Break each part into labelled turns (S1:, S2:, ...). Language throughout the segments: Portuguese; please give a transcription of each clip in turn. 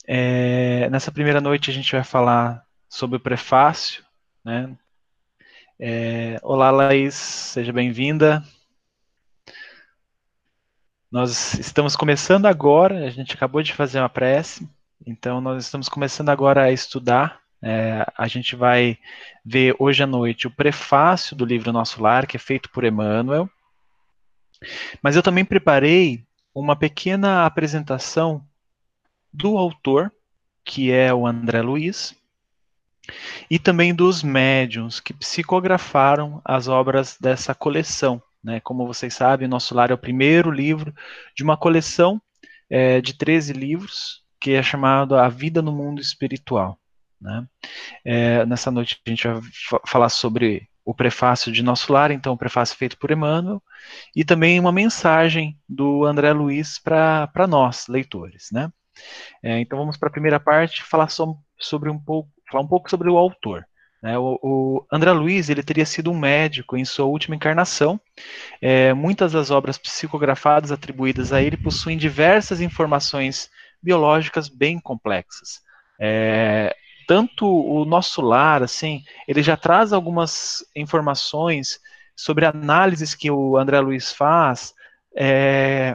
S1: Nessa primeira noite a gente vai falar sobre o prefácio, né? Olá, Laís, seja bem-vinda. Nós estamos começando agora, a gente acabou de fazer uma prece, então nós estamos começando agora a estudar. A gente vai ver hoje à noite o prefácio do livro Nosso Lar, que é feito por Emmanuel, mas eu também preparei uma pequena apresentação do autor, que é o André Luiz, e também dos médiuns que psicografaram as obras dessa coleção. Né? Como vocês sabem, Nosso Lar é o primeiro livro de uma coleção de 13 livros, que é chamado A Vida no Mundo Espiritual. Né? Nessa noite a gente vai falar sobre o prefácio de Nosso Lar, então o prefácio feito por Emmanuel, e também uma mensagem do André Luiz para nós, leitores. Né? Então vamos para a primeira parte, falar um pouco sobre o autor. Né? O André Luiz ele teria sido um médico em sua última encarnação. Muitas das obras psicografadas atribuídas a ele possuem diversas informações biológicas bem complexas. Tanto o Nosso Lar, assim, ele já traz algumas informações sobre análises que o André Luiz faz, é,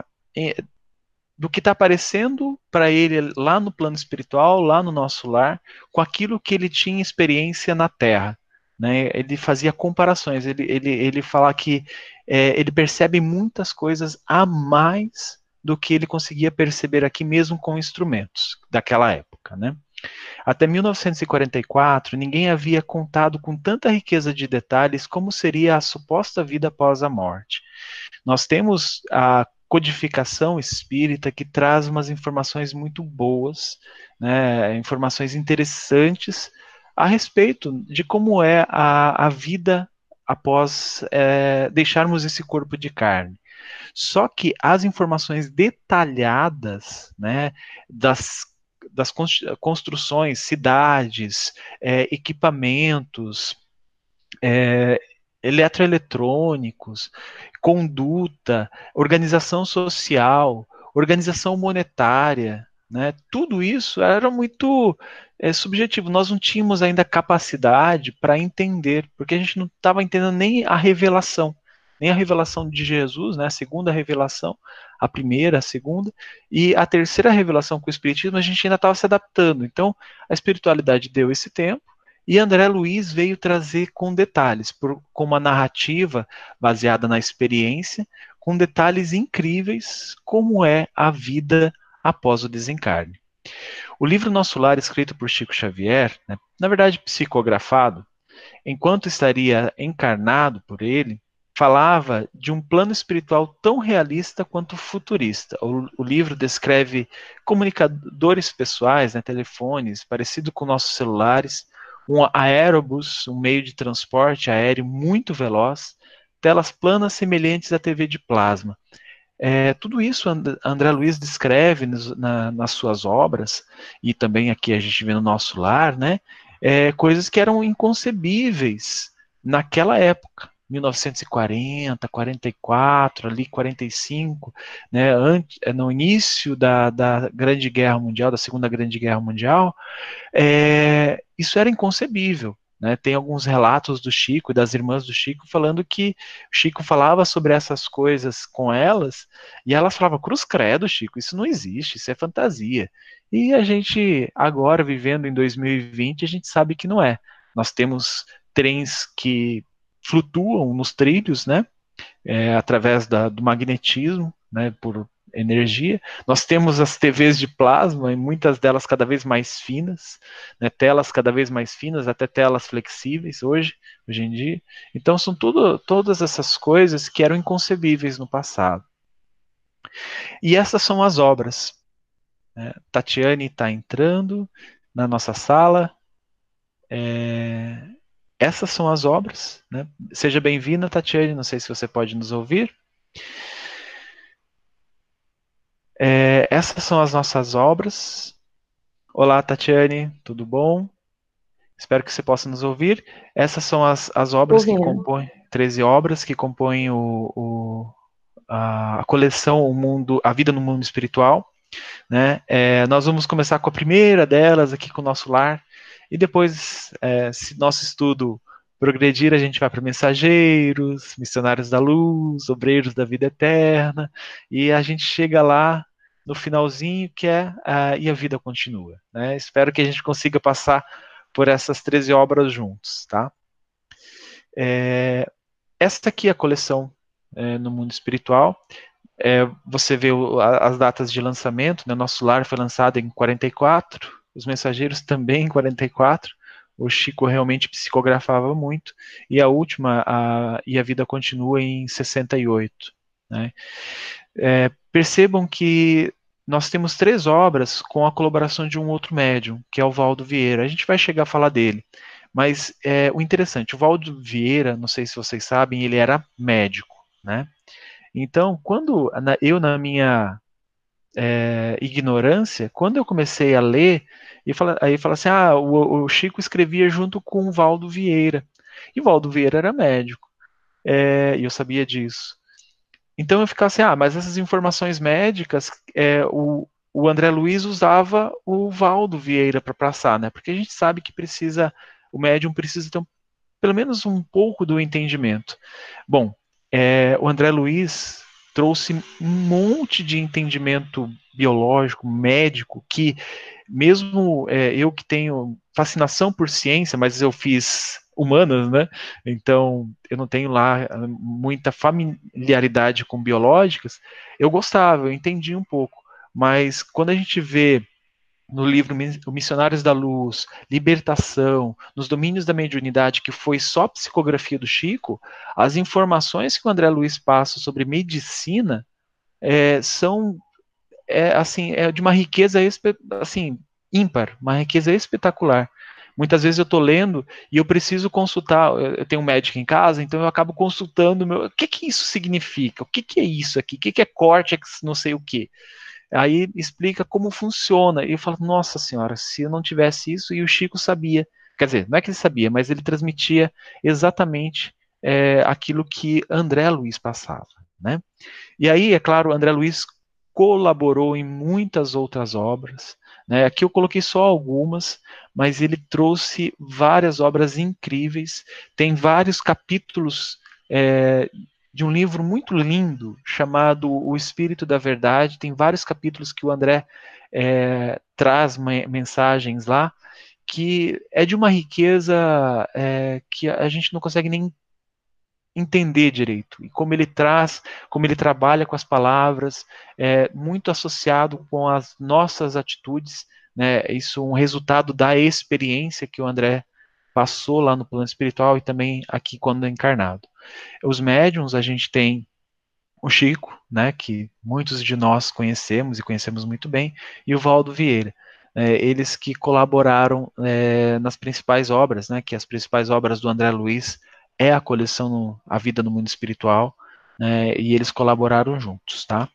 S1: do que está aparecendo para ele lá no plano espiritual, lá no Nosso Lar, com aquilo que ele tinha experiência na Terra. Né? Ele fazia comparações, ele fala que ele percebe muitas coisas a mais do que ele conseguia perceber aqui mesmo com instrumentos daquela época. Né? Até 1944, ninguém havia contado com tanta riqueza de detalhes como seria a suposta vida após a morte. Nós temos a codificação espírita que traz umas informações muito boas, né, informações interessantes a respeito de como é a vida após deixarmos esse corpo de carne. Só que as informações detalhadas, né, das construções, cidades, equipamentos, é, eletroeletrônicos, conduta, organização social, organização monetária, né? Tudo isso era muito subjetivo. Nós não tínhamos ainda capacidade para entender, porque a gente não estava entendendo nem a revelação de Jesus, né? A segunda revelação, a primeira, a segunda, e a terceira revelação com o Espiritismo, a gente ainda estava se adaptando. Então, a espiritualidade deu esse tempo, e André Luiz veio trazer com detalhes, com uma narrativa baseada na experiência, com detalhes incríveis, como é a vida após o desencarne. O livro Nosso Lar, escrito por Chico Xavier, né, na verdade psicografado, enquanto estaria encarnado por ele, falava de um plano espiritual tão realista quanto futurista. O livro descreve comunicadores pessoais, né, telefones, parecido com nossos celulares, um aerobus, um meio de transporte aéreo muito veloz, telas planas semelhantes à TV de plasma. Tudo isso André Luiz descreve nas suas obras, e também aqui a gente vê no Nosso Lar, né? Coisas que eram inconcebíveis naquela época, 1940, 44, ali 45, né, no início da Grande Guerra Mundial, da Segunda Grande Guerra Mundial, isso era inconcebível. Né? Tem alguns relatos do Chico e das irmãs do Chico falando que o Chico falava sobre essas coisas com elas e elas falavam: cruz credo, Chico, isso não existe, isso é fantasia. E a gente, agora, vivendo em 2020, a gente sabe que não é. Nós temos trens que flutuam nos trilhos, né? Através do magnetismo, né, por energia. Nós temos as TVs de plasma, e muitas delas cada vez mais finas, né, telas cada vez mais finas, até telas flexíveis hoje em dia. Então são todas essas coisas que eram inconcebíveis no passado. E essas são as obras. Né? Tatiane está entrando na nossa sala. Essas são as obras. Né? Seja bem-vinda, Tatiane. Não sei se você pode nos ouvir. Essas são as nossas obras. Olá, Tatiane, tudo bom? Espero que você possa nos ouvir. Essas são as obras que
S2: Ouvindo.
S1: compõem, 13 obras que compõem a coleção A Vida no Mundo Espiritual. né? Nós vamos começar com a primeira delas aqui com o nosso lar, e depois, se nosso estudo progredir, a gente vai para Mensageiros, Missionários da Luz, Obreiros da Vida Eterna, e a gente chega lá no finalzinho, que é E a Vida Continua, né? Espero que a gente consiga passar por essas 13 obras juntos, tá? Esta aqui é a coleção no mundo espiritual. Você vê as datas de lançamento, né? Nosso Lar foi lançado em 44, Os Mensageiros também em 44, o Chico realmente psicografava muito, e a última, E a Vida Continua, em 68. Né? Percebam que nós temos 3 obras com a colaboração de um outro médium, que é o Valdo Vieira. A gente vai chegar a falar dele. Mas o interessante, o Valdo Vieira, não sei se vocês sabem, ele era médico, né? Então, quando eu, na minha ignorância, quando eu comecei a ler, aí fala assim, o Chico escrevia junto com o Valdo Vieira. E o Valdo Vieira era médico, e eu sabia disso. Então eu ficava assim, mas essas informações médicas, o André Luiz usava o Valdo Vieira para passar, né? Porque a gente sabe que o médium precisa ter pelo menos um pouco do entendimento. Bom, o André Luiz trouxe um monte de entendimento biológico, médico, que mesmo eu que tenho fascinação por ciência, mas eu fiz humanas, né? Então eu não tenho lá muita familiaridade com biológicas. Eu gostava, eu entendi um pouco, mas quando a gente vê no livro Missionários da Luz, Libertação, nos domínios da mediunidade, que foi só psicografia do Chico, as informações que o André Luiz passa sobre medicina são assim, de uma riqueza assim, ímpar, uma riqueza espetacular. Muitas vezes eu estou lendo e eu preciso consultar, eu tenho um médico em casa, então eu acabo consultando o que isso significa, o que é isso aqui, o que é córtex, não sei o que. Aí explica como funciona. E eu falo, nossa senhora, se eu não tivesse isso, e o Chico sabia. Quer dizer, não é que ele sabia, mas ele transmitia exatamente aquilo que André Luiz passava. Né? E aí, é claro, André Luiz colaborou em muitas outras obras. Né? Aqui eu coloquei só algumas, mas ele trouxe várias obras incríveis. Tem vários capítulos de um livro muito lindo chamado O Espírito da Verdade. Tem vários capítulos que o André traz mensagens lá, que é de uma riqueza que a gente não consegue nem entender direito. E como ele traz, como ele trabalha com as palavras, muito associado com as nossas atitudes, né? Isso é um resultado da experiência que o André passou lá no plano espiritual e também aqui quando encarnado. Os médiums, a gente tem o Chico, né, que muitos de nós conhecemos e conhecemos muito bem, e o Valdo Vieira. Eles que colaboraram nas principais obras, né, que as principais obras do André Luiz é a coleção A Vida no Mundo Espiritual, né, e eles colaboraram juntos, tá?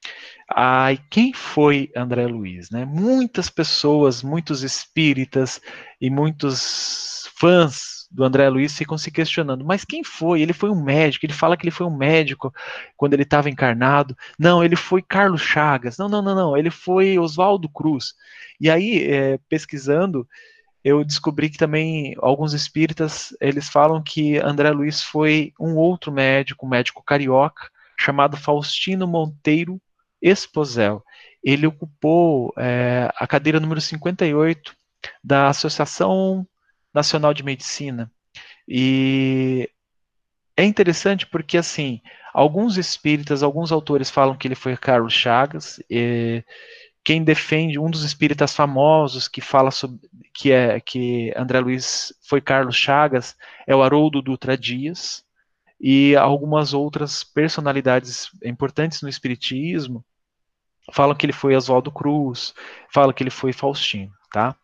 S1: E quem foi André Luiz? Né? Muitas pessoas, muitos espíritas e muitos fãs do André Luiz ficam se questionando, mas quem foi? Ele foi um médico, ele fala que ele foi um médico quando ele estava encarnado. Não, ele foi Carlos Chagas. Não, não, não, não, ele foi Oswaldo Cruz. E aí, pesquisando, eu descobri que também alguns espíritas, eles falam que André Luiz foi um outro médico, um médico carioca, chamado Faustino Monteiro Esposel. Ele ocupou a cadeira número 58 da Associação Nacional de Medicina. E é interessante porque, assim, alguns espíritas, alguns autores falam que ele foi Carlos Chagas, quem defende, um dos espíritas famosos que fala sobre que André Luiz foi Carlos Chagas, é o Haroldo Dutra Dias, e algumas outras personalidades importantes no espiritismo falam que ele foi Oswaldo Cruz, falam que ele foi Faustino, tá?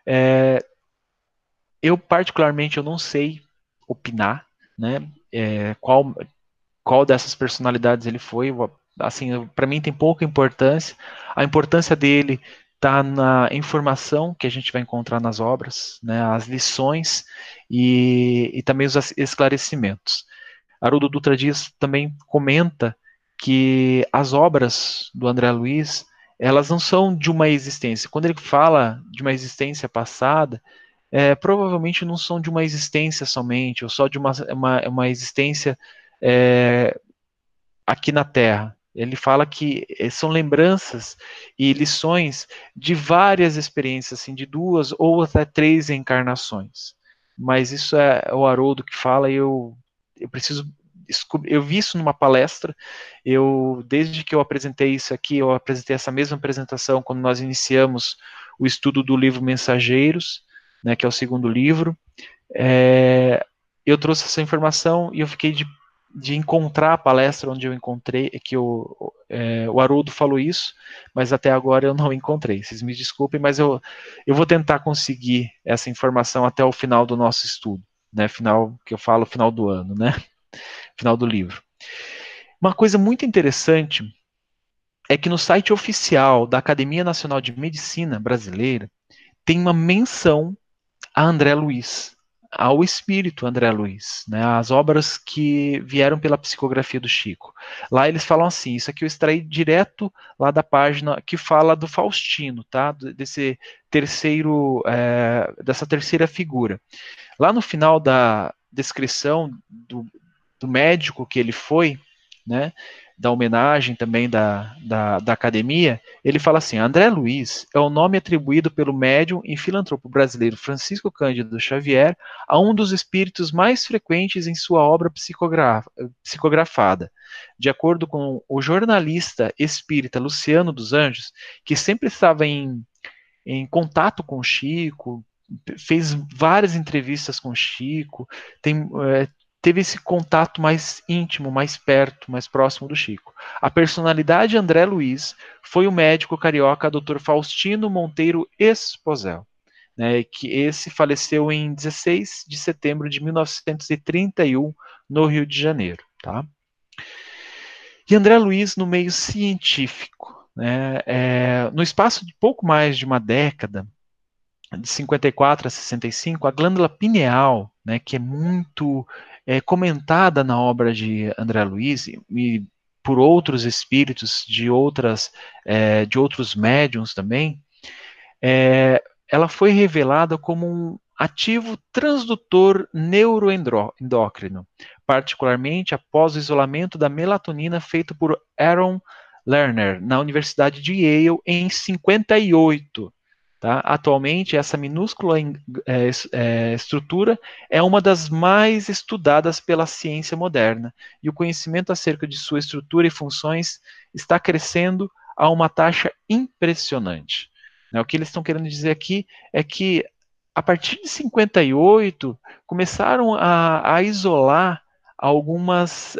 S1: Eu particularmente eu não sei opinar, né? Qual dessas personalidades ele foi? Assim, para mim tem pouca importância. A importância dele está na informação que a gente vai encontrar nas obras, né, as lições e também os esclarecimentos. Haroldo Dutra Dias também comenta que as obras do André Luiz elas não são de uma existência. Quando ele fala de uma existência passada, provavelmente não são de uma existência somente, ou só de uma existência é, aqui na Terra. Ele fala que são lembranças e lições de várias experiências, assim, de 2 ou até 3 encarnações. Mas isso é o Haroldo que fala e eu preciso descobrir. Eu vi isso numa palestra, desde que eu apresentei isso aqui, eu apresentei essa mesma apresentação quando nós iniciamos o estudo do livro Mensageiros, né, que é o segundo livro. Eu trouxe essa informação e eu fiquei de encontrar a palestra onde eu encontrei, que o Haroldo falou isso, mas até agora eu não encontrei. Vocês me desculpem, mas eu vou tentar conseguir essa informação até o final do nosso estudo, né? Final, que eu falo, final do ano, né? Final do livro. Uma coisa muito interessante é que no site oficial da Academia Nacional de Medicina Brasileira tem uma menção a André Luiz, ao espírito André Luiz, né, as obras que vieram pela psicografia do Chico. Lá eles falam assim, isso aqui eu extraí direto lá da página que fala do Faustino, tá, dessa terceira figura. Lá no final da descrição do médico que ele foi, né, da homenagem também da academia, ele fala assim: André Luiz é o nome atribuído pelo médium e filantropo brasileiro Francisco Cândido Xavier a um dos espíritos mais frequentes em sua obra psicografada. De acordo com o jornalista espírita Luciano dos Anjos, que sempre estava em contato com o Chico, fez várias entrevistas com o Chico, teve esse contato mais íntimo, mais perto, mais próximo do Chico. A personalidade André Luiz foi o médico carioca Dr. Faustino Monteiro Esposel, né, que esse faleceu em 16 de setembro de 1931 no Rio de Janeiro. Tá? E André Luiz no meio científico. Né, no espaço de pouco mais de uma década, de 54 a 65, a glândula pineal, né, que é muito comentada na obra de André Luiz e por outros espíritos de outros médiums também, ela foi revelada como um ativo transdutor neuroendócrino, particularmente após o isolamento da melatonina feito por Aaron Lerner na Universidade de Yale em 58. Tá? Atualmente, essa minúscula estrutura é uma das mais estudadas pela ciência moderna, e o conhecimento acerca de sua estrutura e funções está crescendo a uma taxa impressionante. Né? O que eles estão querendo dizer aqui é que, a partir de 58, começaram a isolar algumas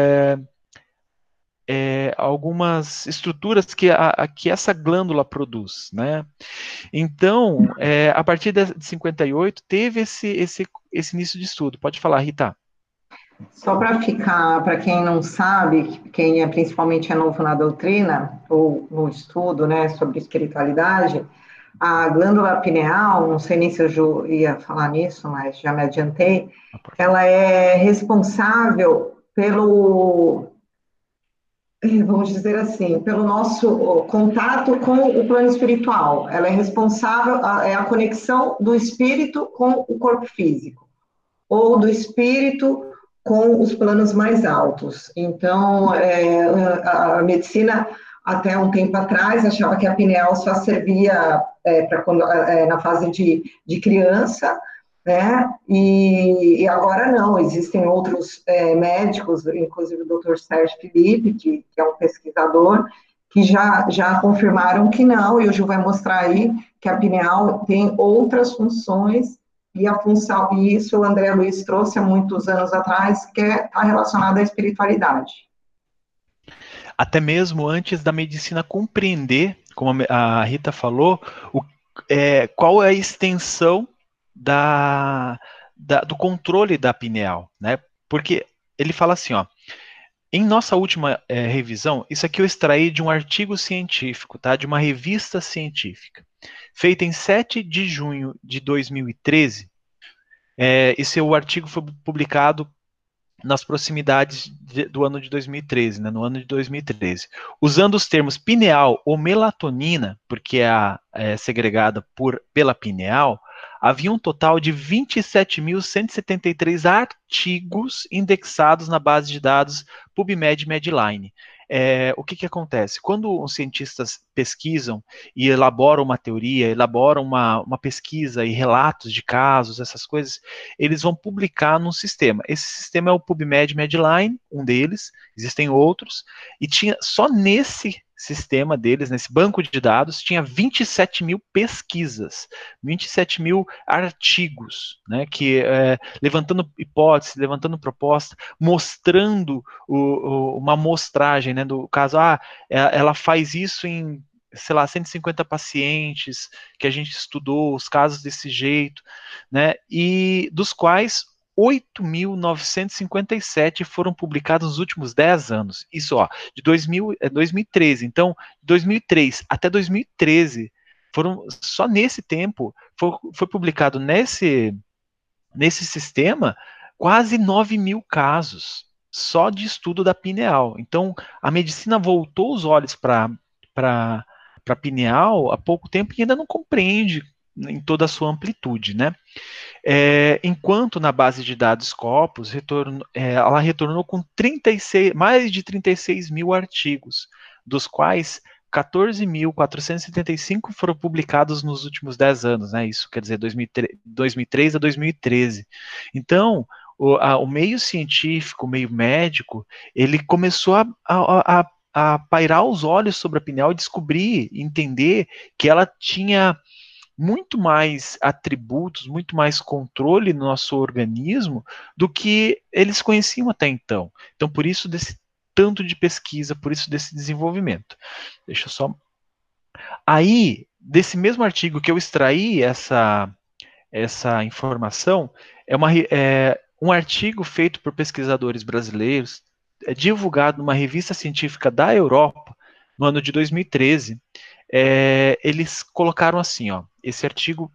S1: algumas estruturas que essa glândula produz, né? Então, a partir de 58, teve esse início de estudo. Pode falar, Rita.
S2: Só para ficar, para quem não sabe, quem principalmente é novo na doutrina ou no estudo, né, sobre espiritualidade, a glândula pineal, não sei nem se eu ia falar nisso, mas já me adiantei, ela é responsável pelo, vamos dizer assim, pelo nosso contato com o plano espiritual. Ela é responsável, é a conexão do espírito com o corpo físico, ou do espírito com os planos mais altos. Então, a medicina, até um tempo atrás, achava que a pineal só servia na fase de criança, né? E agora não, existem outros médicos, inclusive o Dr. Sérgio Felipe, que é um pesquisador, que já confirmaram que não, e o Gil vai mostrar aí que a pineal tem outras funções, e a função, e isso o André Luiz trouxe há muitos anos atrás, que está relacionado à espiritualidade.
S1: Até mesmo antes da medicina compreender, como a Rita falou, qual é a extensão do controle da pineal, né? Porque ele fala assim, ó, em nossa última revisão, isso aqui eu extraí de um artigo científico, tá? De uma revista científica, feita em 7 de junho de 2013. Esse artigo foi publicado nas proximidades do ano de 2013, né, no ano de 2013. Usando os termos pineal ou melatonina, porque é segregada pela pineal, havia um total de 27.173 artigos indexados na base de dados PubMed Medline. O que acontece? Quando os cientistas pesquisam e elaboram uma teoria, elaboram uma pesquisa e relatos de casos, essas coisas, eles vão publicar num sistema. Esse sistema é o PubMed Medline, um deles, existem outros, e tinha só nesse sistema deles, nesse banco de dados, tinha 27 mil pesquisas, 27 mil artigos, né, levantando hipóteses, levantando proposta, mostrando uma amostragem, né, do caso, ela faz isso em, sei lá, 150 pacientes, que a gente estudou os casos desse jeito, né, e dos quais 8.957 foram publicados nos últimos 10 anos. Isso, ó, de 2013. Então, de 2003 até 2013, só nesse tempo, foi publicado nesse sistema quase 9 mil casos, só de estudo da pineal. Então, a medicina voltou os olhos para a pineal há pouco tempo e ainda não compreende em toda a sua amplitude, né? Enquanto na base de dados Scopus, ela retornou com mais de 36 mil artigos, dos quais 14.475 foram publicados nos últimos 10 anos, né? Isso quer dizer 2003 a 2013. Então, o meio científico, o meio médico, ele começou a pairar os olhos sobre a pineal e descobrir, entender que ela tinha muito mais atributos, muito mais controle no nosso organismo do que eles conheciam até então. Então, por isso desse tanto de pesquisa, por isso desse desenvolvimento. Deixa eu só... Aí, desse mesmo artigo que eu extraí essa informação, um artigo feito por pesquisadores brasileiros, divulgado numa revista científica da Europa, no ano de 2013, eles colocaram assim, ó, esse artigo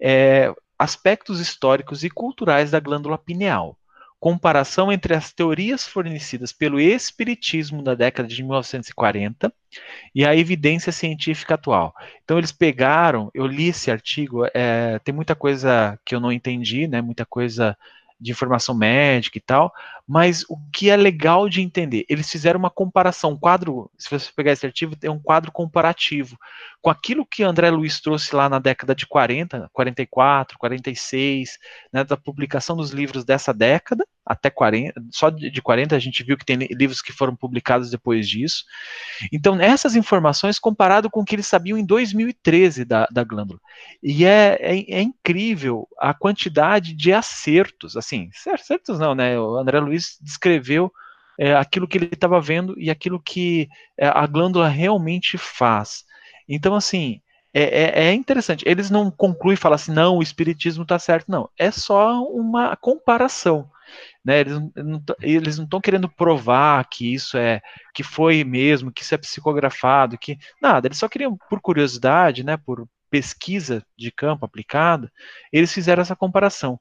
S1: aspectos históricos e culturais da glândula pineal, comparação entre as teorias fornecidas pelo espiritismo da década de 1940 e a evidência científica atual. Então eles pegaram, eu li esse artigo, tem muita coisa que eu não entendi, né, muita coisa de informação médica e tal, mas o que é legal de entender, eles fizeram uma comparação, um quadro, se você pegar esse artigo, tem um quadro comparativo com aquilo que André Luiz trouxe lá na década de 40, 44, 46, né, da publicação dos livros dessa década, até 40, só de 40 a gente viu que tem livros que foram publicados depois disso. Então, essas informações comparado com o que eles sabiam em 2013 da glândula. E é incrível a quantidade de acertos, assim, acertos não, né? O André Luiz descreveu aquilo que ele estava vendo e aquilo que a glândula realmente faz. Então, assim, é interessante. Eles não concluem e falam assim, não, o espiritismo está certo, não. É só uma comparação. Né, eles não estão querendo provar que isso que foi mesmo, que isso é psicografado, que nada, eles só queriam, por curiosidade, né, por pesquisa de campo aplicada, eles fizeram essa comparação.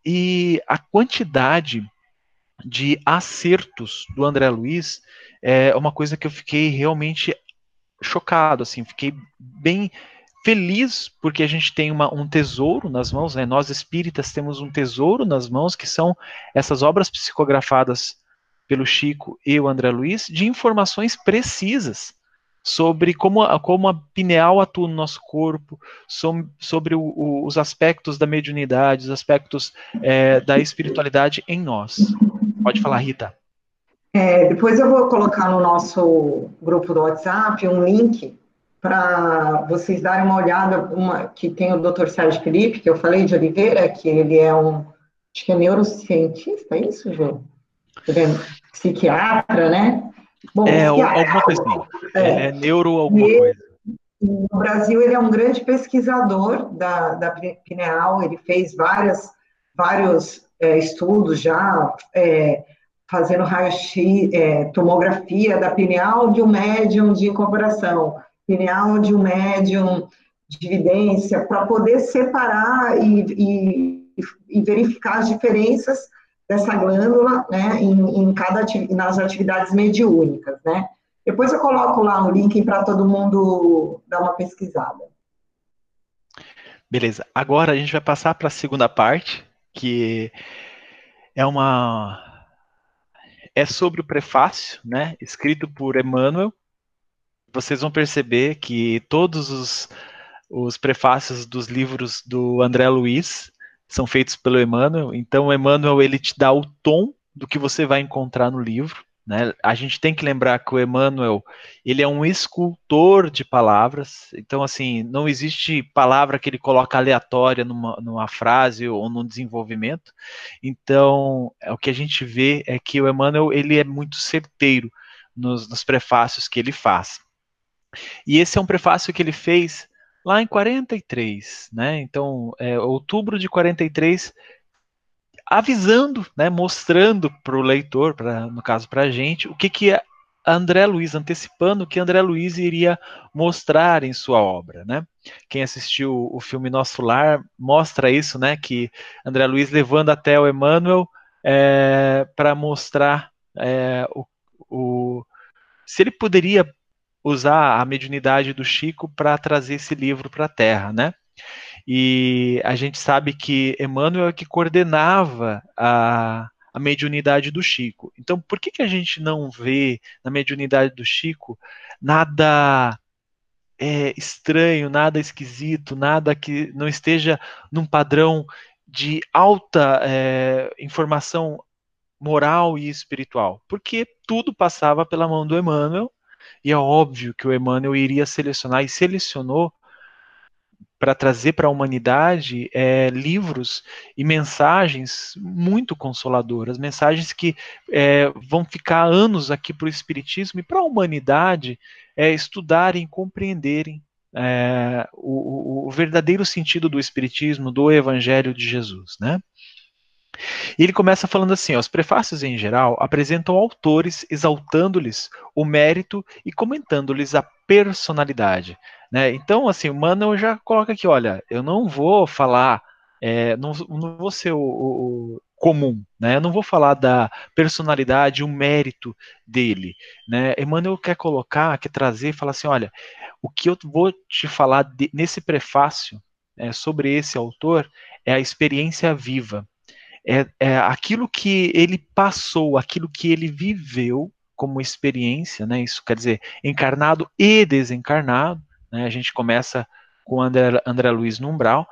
S1: E a quantidade de acertos do André Luiz é uma coisa que eu fiquei realmente chocado, assim, fiquei bem feliz porque a gente tem um tesouro nas mãos, né? Nós espíritas temos um tesouro nas mãos, que são essas obras psicografadas pelo Chico e o André Luiz, de informações precisas sobre como a pineal atua no nosso corpo, sobre os aspectos da mediunidade, os aspectos da espiritualidade em nós. Pode falar, Rita.
S2: Depois eu vou colocar no nosso grupo do WhatsApp um link para vocês darem uma olhada, que tem o Dr. Sérgio Felipe, que eu falei de Oliveira, que ele acho que é neurocientista, é isso, Ju? Ele é psiquiatra, né? Bom,
S1: alguma coisa assim. Ele é neuro alguma coisa.
S2: No Brasil, ele é um grande pesquisador da pineal, ele fez vários estudos já, fazendo raio-x, tomografia da pineal de um médium de incorporação, pineal de um médium de evidência, para poder separar e verificar as diferenças dessa glândula, né, nas atividades mediúnicas, né? Depois eu coloco lá um link para todo mundo dar uma pesquisada.
S1: Beleza. Agora a gente vai passar para a segunda parte, que é é sobre o prefácio, né, escrito por Emmanuel. Vocês vão perceber que todos os prefácios dos livros do André Luiz são feitos pelo Emmanuel. Então, o Emmanuel ele te dá o tom do que você vai encontrar no livro. Né? A gente tem que lembrar que o Emmanuel ele é um escultor de palavras. Então, assim, não existe palavra que ele coloca aleatória numa frase ou num desenvolvimento. Então, o que a gente vê é que o Emmanuel ele é muito certeiro nos prefácios que ele faz. E esse é um prefácio que ele fez lá em 43, né? Então, outubro de 43, avisando, né, mostrando para o leitor, no caso para a gente, o que André Luiz, antecipando o que André Luiz iria mostrar em sua obra, né? Quem assistiu o filme Nosso Lar mostra isso, né? Que André Luiz levando até o Emmanuel para mostrar se ele poderia usar a mediunidade do Chico para trazer esse livro para a Terra, né? E a gente sabe que Emmanuel é que coordenava a mediunidade do Chico. Então, por que a gente não vê na mediunidade do Chico nada estranho, nada esquisito, nada que não esteja num padrão de alta informação moral e espiritual? Porque tudo passava pela mão do Emmanuel, e é óbvio que o Emmanuel iria selecionar e selecionou para trazer para a humanidade livros e mensagens muito consoladoras, mensagens que vão ficar anos aqui para o Espiritismo e para a humanidade estudarem, compreenderem o verdadeiro sentido do Espiritismo, do Evangelho de Jesus, né? E ele começa falando assim: ó, os prefácios em geral apresentam autores exaltando-lhes o mérito e comentando-lhes a personalidade. Né? Então, assim, o Manuel já coloca aqui: olha, eu não vou falar, não vou ser o comum, né? Eu não vou falar da personalidade, o mérito dele. Né? Emmanuel quer colocar, quer trazer, falar assim: olha, o que eu vou te falar nesse prefácio sobre esse autor é a experiência viva, é aquilo que ele passou, aquilo que ele viveu como experiência, né? Isso quer dizer encarnado e desencarnado, né? A gente começa com André Luiz no umbral.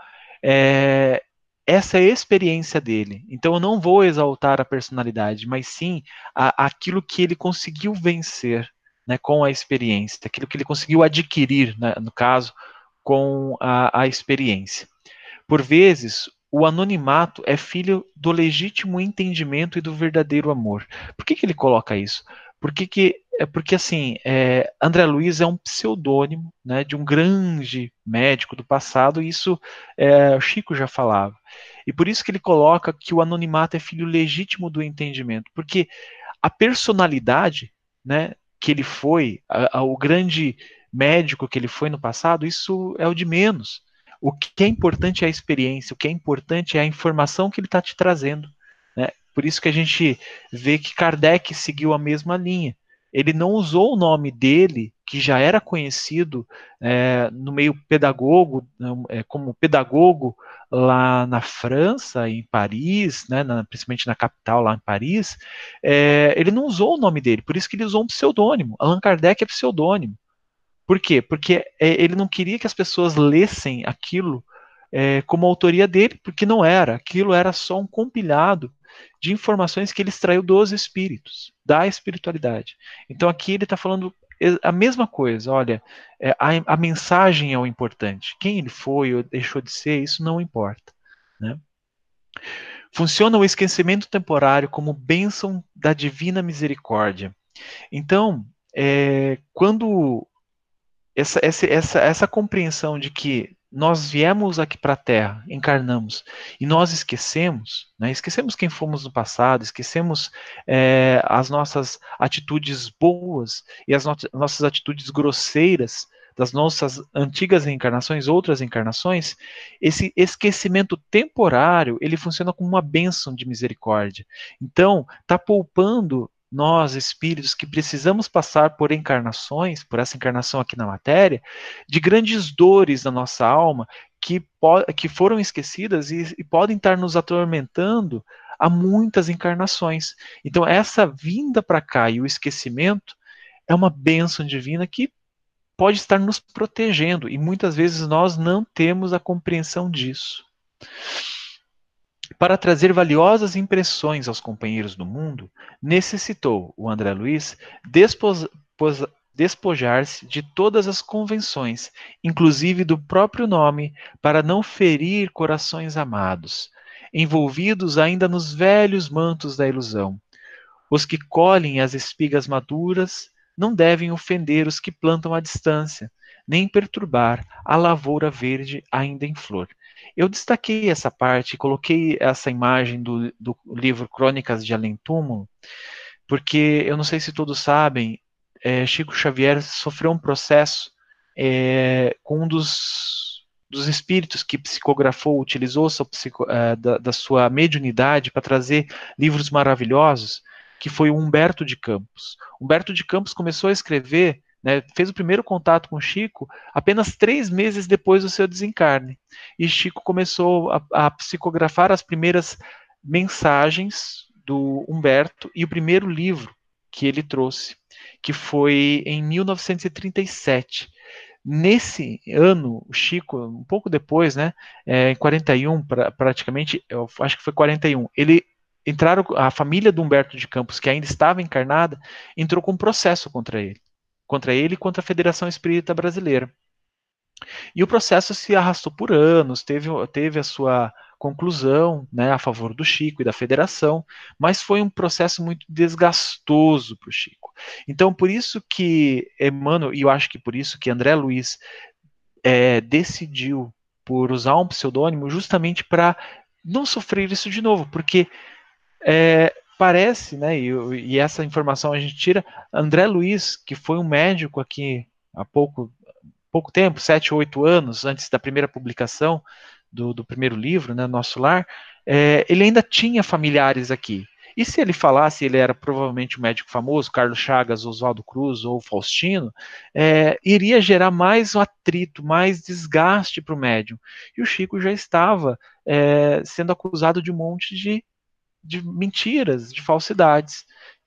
S1: Essa é a experiência dele. Então eu não vou exaltar a personalidade, mas sim aquilo que ele conseguiu vencer, né, com a experiência, aquilo que ele conseguiu adquirir, né, no caso, com a experiência. Por vezes, o anonimato é filho do legítimo entendimento e do verdadeiro amor. Por que ele coloca isso? Porque assim, André Luiz é um pseudônimo, né, de um grande médico do passado, e isso o Chico já falava. E por isso que ele coloca que o anonimato é filho legítimo do entendimento, porque a personalidade, né, que ele foi, o grande médico que ele foi no passado, isso é o de menos. O que é importante é a experiência, o que é importante é a informação que ele está te trazendo. Né? Por isso que a gente vê que Kardec seguiu a mesma linha. Ele não usou o nome dele, que já era conhecido no meio pedagogo, como pedagogo lá na França, em Paris, né, principalmente na capital, lá em Paris. Ele não usou o nome dele, por isso que ele usou um pseudônimo. Allan Kardec é pseudônimo. Por quê? Porque ele não queria que as pessoas lessem aquilo como autoria dele, porque não era. Aquilo era só um compilado de informações que ele extraiu dos espíritos, da espiritualidade. Então aqui ele está falando a mesma coisa. Olha, a mensagem é o importante. Quem ele foi ou deixou de ser, isso não importa. Né? Funciona o esquecimento temporário como bênção da divina misericórdia. Então, quando essa compreensão de que nós viemos aqui para a Terra, encarnamos, e nós esquecemos, né, esquecemos quem fomos no passado, esquecemos as nossas atitudes boas e as nossas atitudes grosseiras das nossas antigas reencarnações, outras encarnações, esse esquecimento temporário, ele funciona como uma bênção de misericórdia. Então, está poupando nós, espíritos, que precisamos passar por encarnações, por essa encarnação aqui na matéria, de grandes dores na nossa alma, que foram esquecidas e podem estar nos atormentando há muitas encarnações. Então, essa vinda para cá e o esquecimento é uma bênção divina que pode estar nos protegendo, e muitas vezes nós não temos a compreensão disso. Para trazer valiosas impressões aos companheiros do mundo, necessitou o André Luiz despojar-se de todas as convenções, inclusive do próprio nome, para não ferir corações amados, envolvidos ainda nos velhos mantos da ilusão. Os que colhem as espigas maduras não devem ofender os que plantam à distância, nem perturbar a lavoura verde ainda em flor. Eu destaquei essa parte, coloquei essa imagem do livro Crônicas de Além Túmulo, porque eu não sei se todos sabem, Chico Xavier sofreu um processo com um dos espíritos que psicografou, utilizou da sua mediunidade para trazer livros maravilhosos, que foi o Humberto de Campos. Humberto de Campos começou a escrever, né, fez o primeiro contato com Chico apenas 3 meses depois do seu desencarne. E Chico começou a psicografar as primeiras mensagens do Humberto e o primeiro livro que ele trouxe, que foi em 1937. Nesse ano, o Chico, um pouco depois, né, em 41, praticamente, eu acho que foi 41, a família do Humberto de Campos, que ainda estava encarnada, entrou com um processo contra ele e contra a Federação Espírita Brasileira. E o processo se arrastou por anos, teve a sua conclusão, né, a favor do Chico e da Federação, mas foi um processo muito desgastoso para o Chico. Então, por isso que Emmanuel, e eu acho que por isso que André Luiz decidiu por usar um pseudônimo justamente para não sofrer isso de novo, porque parece, né, e essa informação a gente tira, André Luiz, que foi um médico aqui há pouco tempo, 7 ou 8 anos antes da primeira publicação do primeiro livro, né, Nosso Lar, ele ainda tinha familiares aqui. E se ele falasse, ele era provavelmente um médico famoso, Carlos Chagas, Oswaldo Cruz ou Faustino, iria gerar mais atrito, mais desgaste para o médium. E o Chico já estava sendo acusado de um monte de mentiras, de falsidades,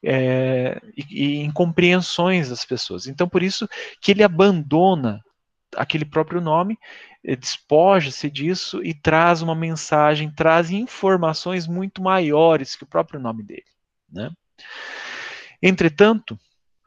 S1: e incompreensões das pessoas. Então, por isso que ele abandona aquele próprio nome, despoja-se disso e traz uma mensagem, traz informações muito maiores que o próprio nome dele, né? Entretanto,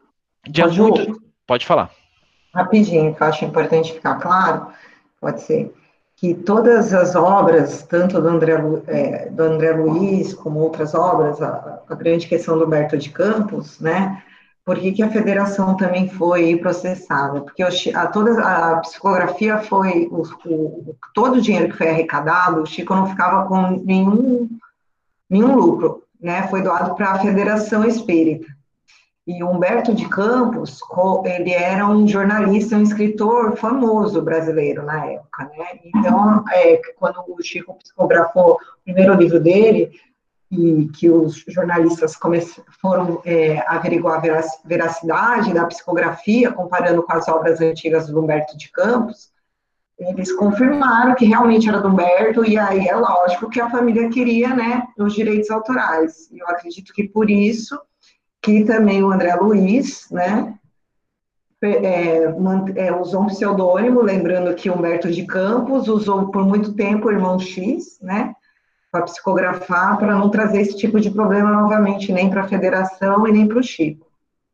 S1: pode falar.
S2: Rapidinho, que eu acho importante ficar claro, pode ser, que todas as obras, tanto do André Luiz, como outras obras, a grande questão do Humberto de Campos, né? Por que a federação também foi processada? Porque toda a psicografia foi, todo o dinheiro que foi arrecadado, o Chico não ficava com nenhum lucro, né? Foi doado para a Federação Espírita. E Humberto de Campos, ele era um jornalista, um escritor famoso brasileiro na época, né? Então, quando o Chico psicografou o primeiro livro dele, e que os jornalistas foram averiguar a veracidade da psicografia, comparando com as obras antigas do Humberto de Campos, eles confirmaram que realmente era do Humberto, e aí é lógico que a família queria, né, os direitos autorais. E eu acredito que por isso que também o André Luiz, né, usou um pseudônimo, lembrando que Humberto de Campos usou por muito tempo o irmão X, né, para psicografar, para não trazer esse tipo de problema novamente, nem para a federação e nem para o Chico.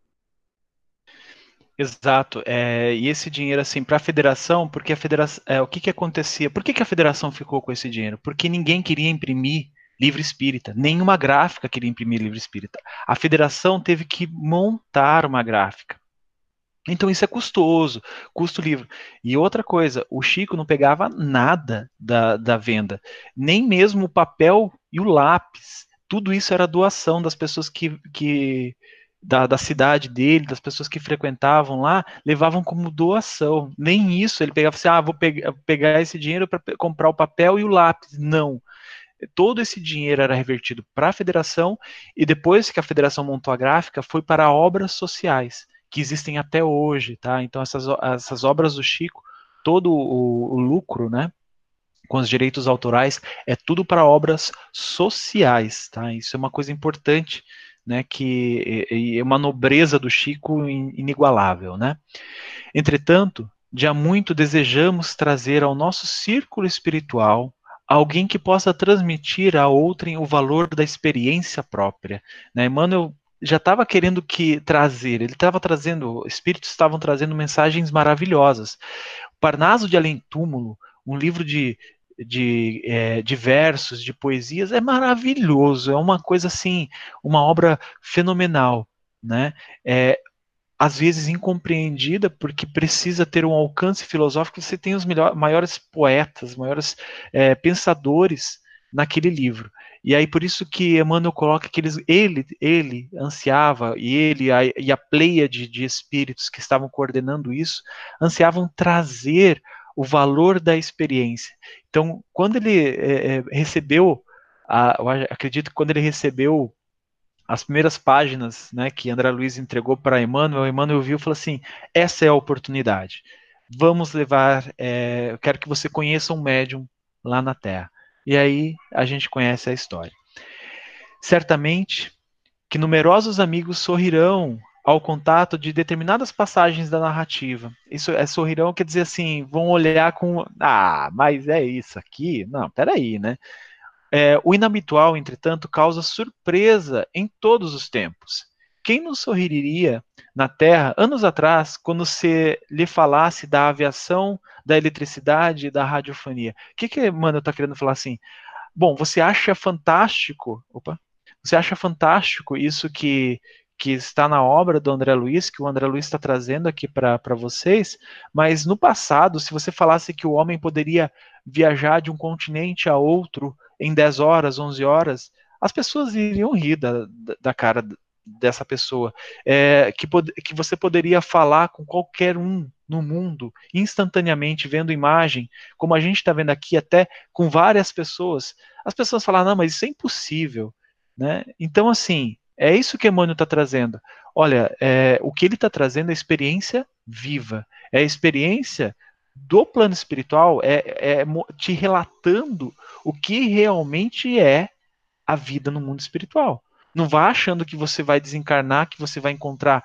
S1: Exato, e esse dinheiro assim para a federação, porque a federação, o que acontecia? Por que a federação ficou com esse dinheiro? Porque ninguém queria imprimir livro espírita, nenhuma gráfica queria imprimir livro espírita. A federação teve que montar uma gráfica. Então isso é custoso, custa o livro. E outra coisa, o Chico não pegava nada da venda, nem mesmo o papel e o lápis. Tudo isso era doação das pessoas que da cidade dele, das pessoas que frequentavam lá, levavam como doação. Nem isso, ele pegava assim, vou pegar esse dinheiro para comprar o papel e o lápis. Não. Todo esse dinheiro era revertido para a federação e depois que a federação montou a gráfica, foi para obras sociais, que existem até hoje, tá? Então essas obras do Chico, todo o lucro, né, com os direitos autorais, é tudo para obras sociais, tá? Isso é uma coisa importante, né, que é uma nobreza do Chico inigualável, né? Entretanto, de há muito desejamos trazer ao nosso círculo espiritual alguém que possa transmitir a outrem o valor da experiência própria. Né? Emmanuel já estava querendo trazer, ele estava trazendo, espíritos estavam trazendo mensagens maravilhosas. O Parnaso de Além Túmulo, um livro de versos, de poesias, é maravilhoso, é uma coisa assim, uma obra fenomenal, né? É, às vezes incompreendida, porque precisa ter um alcance filosófico. Você tem os maiores poetas, maiores pensadores naquele livro. E aí por isso que Emmanuel coloca que ele ansiava, e a pleiade de espíritos que estavam coordenando isso, ansiavam trazer o valor da experiência. Então, quando ele recebeu, eu acredito que quando ele recebeu as primeiras páginas, né, que André Luiz entregou para Emmanuel viu e falou assim: essa é a oportunidade. Vamos levar, eu quero que você conheça um médium lá na Terra. E aí a gente conhece a história. Certamente que numerosos amigos sorrirão ao contato de determinadas passagens da narrativa. Isso é sorrirão, quer dizer assim, vão olhar com, mas é isso aqui? Não, peraí, né? O inabitual, entretanto, causa surpresa em todos os tempos. Quem não sorriria na Terra anos atrás, quando se lhe falasse da aviação, da eletricidade e da radiofonia? O que Emmanuel está querendo falar assim? Bom, você acha fantástico, você acha fantástico isso que está na obra do André Luiz, que o André Luiz está trazendo aqui para vocês, mas no passado, se você falasse que o homem poderia viajar de um continente a outro em 10 horas, 11 horas, as pessoas iriam rir da cara dessa pessoa. Que você poderia falar com qualquer um no mundo, instantaneamente, vendo imagem, como a gente está vendo aqui, até com várias pessoas. As pessoas falam, não, mas isso é impossível. Né? Então, assim, é isso que Emmanuel está trazendo. Olha, o que ele está trazendo é experiência viva, é a experiência do plano espiritual, te relatando o que realmente é a vida no mundo espiritual. Não vá achando que você vai desencarnar, que você vai encontrar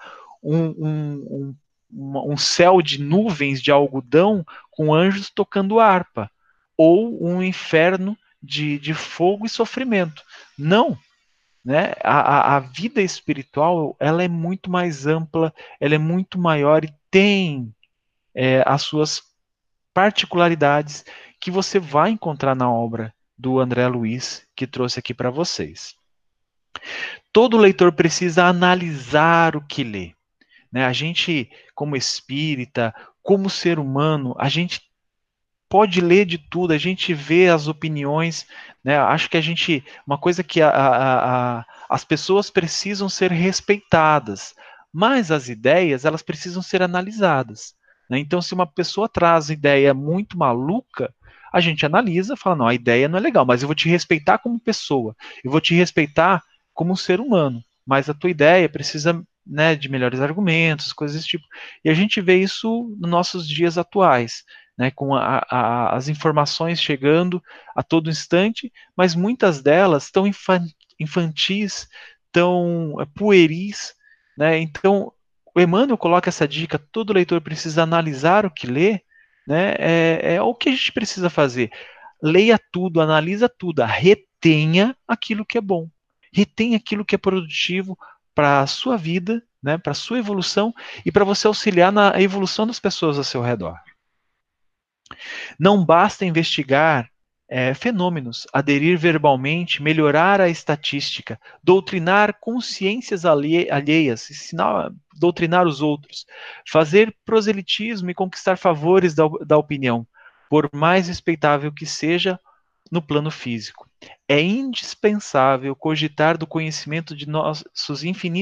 S1: um céu de nuvens de algodão com anjos tocando harpa, ou um inferno de fogo e sofrimento. Não, né? A vida espiritual, ela é muito mais ampla, ela é muito maior e tem as suas particularidades que você vai encontrar na obra do André Luiz, que trouxe aqui para vocês. Todo leitor precisa analisar o que lê. Né? A gente, como espírita, como ser humano, a gente pode ler de tudo, a gente vê as opiniões, né? Acho que uma coisa que as pessoas precisam ser respeitadas, mas as ideias, elas precisam ser analisadas. Né? Então, se uma pessoa traz ideia muito maluca, a gente analisa, fala, não, a ideia não é legal, mas eu vou te respeitar como pessoa, eu vou te respeitar como um ser humano, mas a tua ideia precisa, né, de melhores argumentos, coisas desse tipo. E a gente vê isso nos nossos dias atuais, né, com as informações chegando a todo instante, mas muitas delas tão infantis, tão pueris, né? Então, o Emmanuel coloca essa dica: todo leitor precisa analisar o que lê, né? É o que a gente precisa fazer. Leia tudo, analisa tudo, retenha aquilo que é bom, retenha aquilo que é produtivo para a sua vida, né, para a sua evolução e para você auxiliar na evolução das pessoas ao seu redor. Não basta investigar fenômenos, aderir verbalmente, melhorar a estatística, doutrinar consciências alheias, doutrinar os outros, fazer proselitismo e conquistar favores da opinião, por mais respeitável que seja no plano físico. É indispensável cogitar do conhecimento de nossos infinitos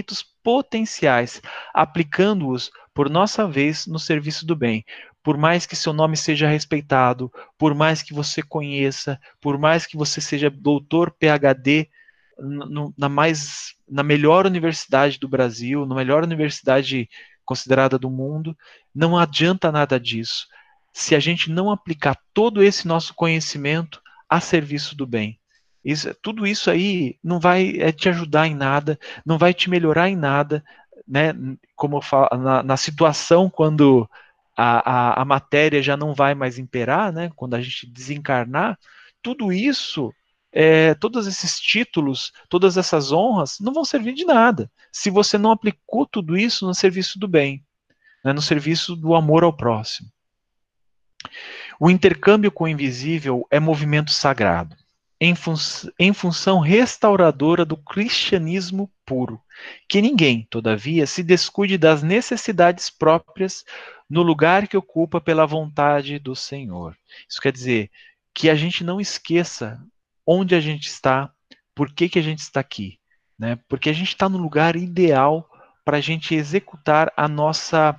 S1: potenciais, aplicando-os por nossa vez no serviço do bem. Por mais que seu nome seja respeitado, por mais que você conheça, por mais que você seja doutor, PhD, na melhor universidade do Brasil, na melhor universidade considerada do mundo, não adianta nada disso se a gente não aplicar todo esse nosso conhecimento a serviço do bem. Tudo isso aí não vai te ajudar em nada, não vai te melhorar em nada, né? Como eu falo, na situação quando a matéria já não vai mais imperar, né? Quando a gente desencarnar, tudo isso, todos esses títulos, todas essas honras, não vão servir de nada se você não aplicou tudo isso no serviço do bem, né? No serviço do amor ao próximo. O intercâmbio com o invisível é movimento sagrado, em função restauradora do cristianismo puro, que ninguém, todavia, se descuide das necessidades próprias no lugar que ocupa pela vontade do Senhor. Isso quer dizer que a gente não esqueça onde a gente está, por que a gente está aqui, né? Porque a gente está no lugar ideal para a gente executar a nossa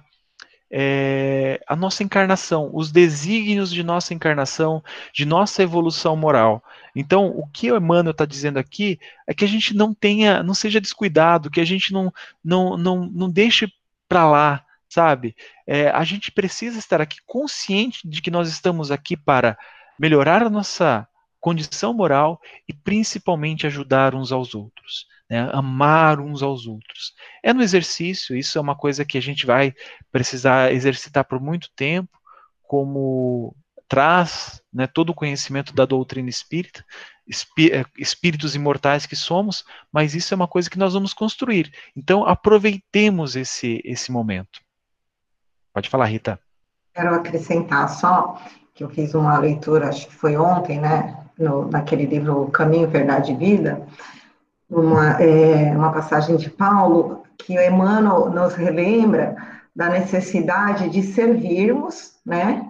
S1: encarnação, os desígnios de nossa encarnação, de nossa evolução moral. Então, o que o Emmanuel está dizendo aqui é que a gente não seja descuidado, que a gente não deixe para lá, sabe? A gente precisa estar aqui consciente de que nós estamos aqui para melhorar a nossa condição moral e principalmente ajudar uns aos outros, né? Amar uns aos outros. É no exercício, isso é uma coisa que a gente vai precisar exercitar por muito tempo, como traz, né, todo o conhecimento da doutrina espírita, espíritos imortais que somos, mas isso é uma coisa que nós vamos construir. Então, aproveitemos esse momento. Pode falar, Rita.
S2: Quero acrescentar só que eu fiz uma leitura, acho que foi ontem, né, naquele livro Caminho, Verdade e Vida, uma passagem de Paulo, que o Emmanuel nos relembra da necessidade de servirmos, né,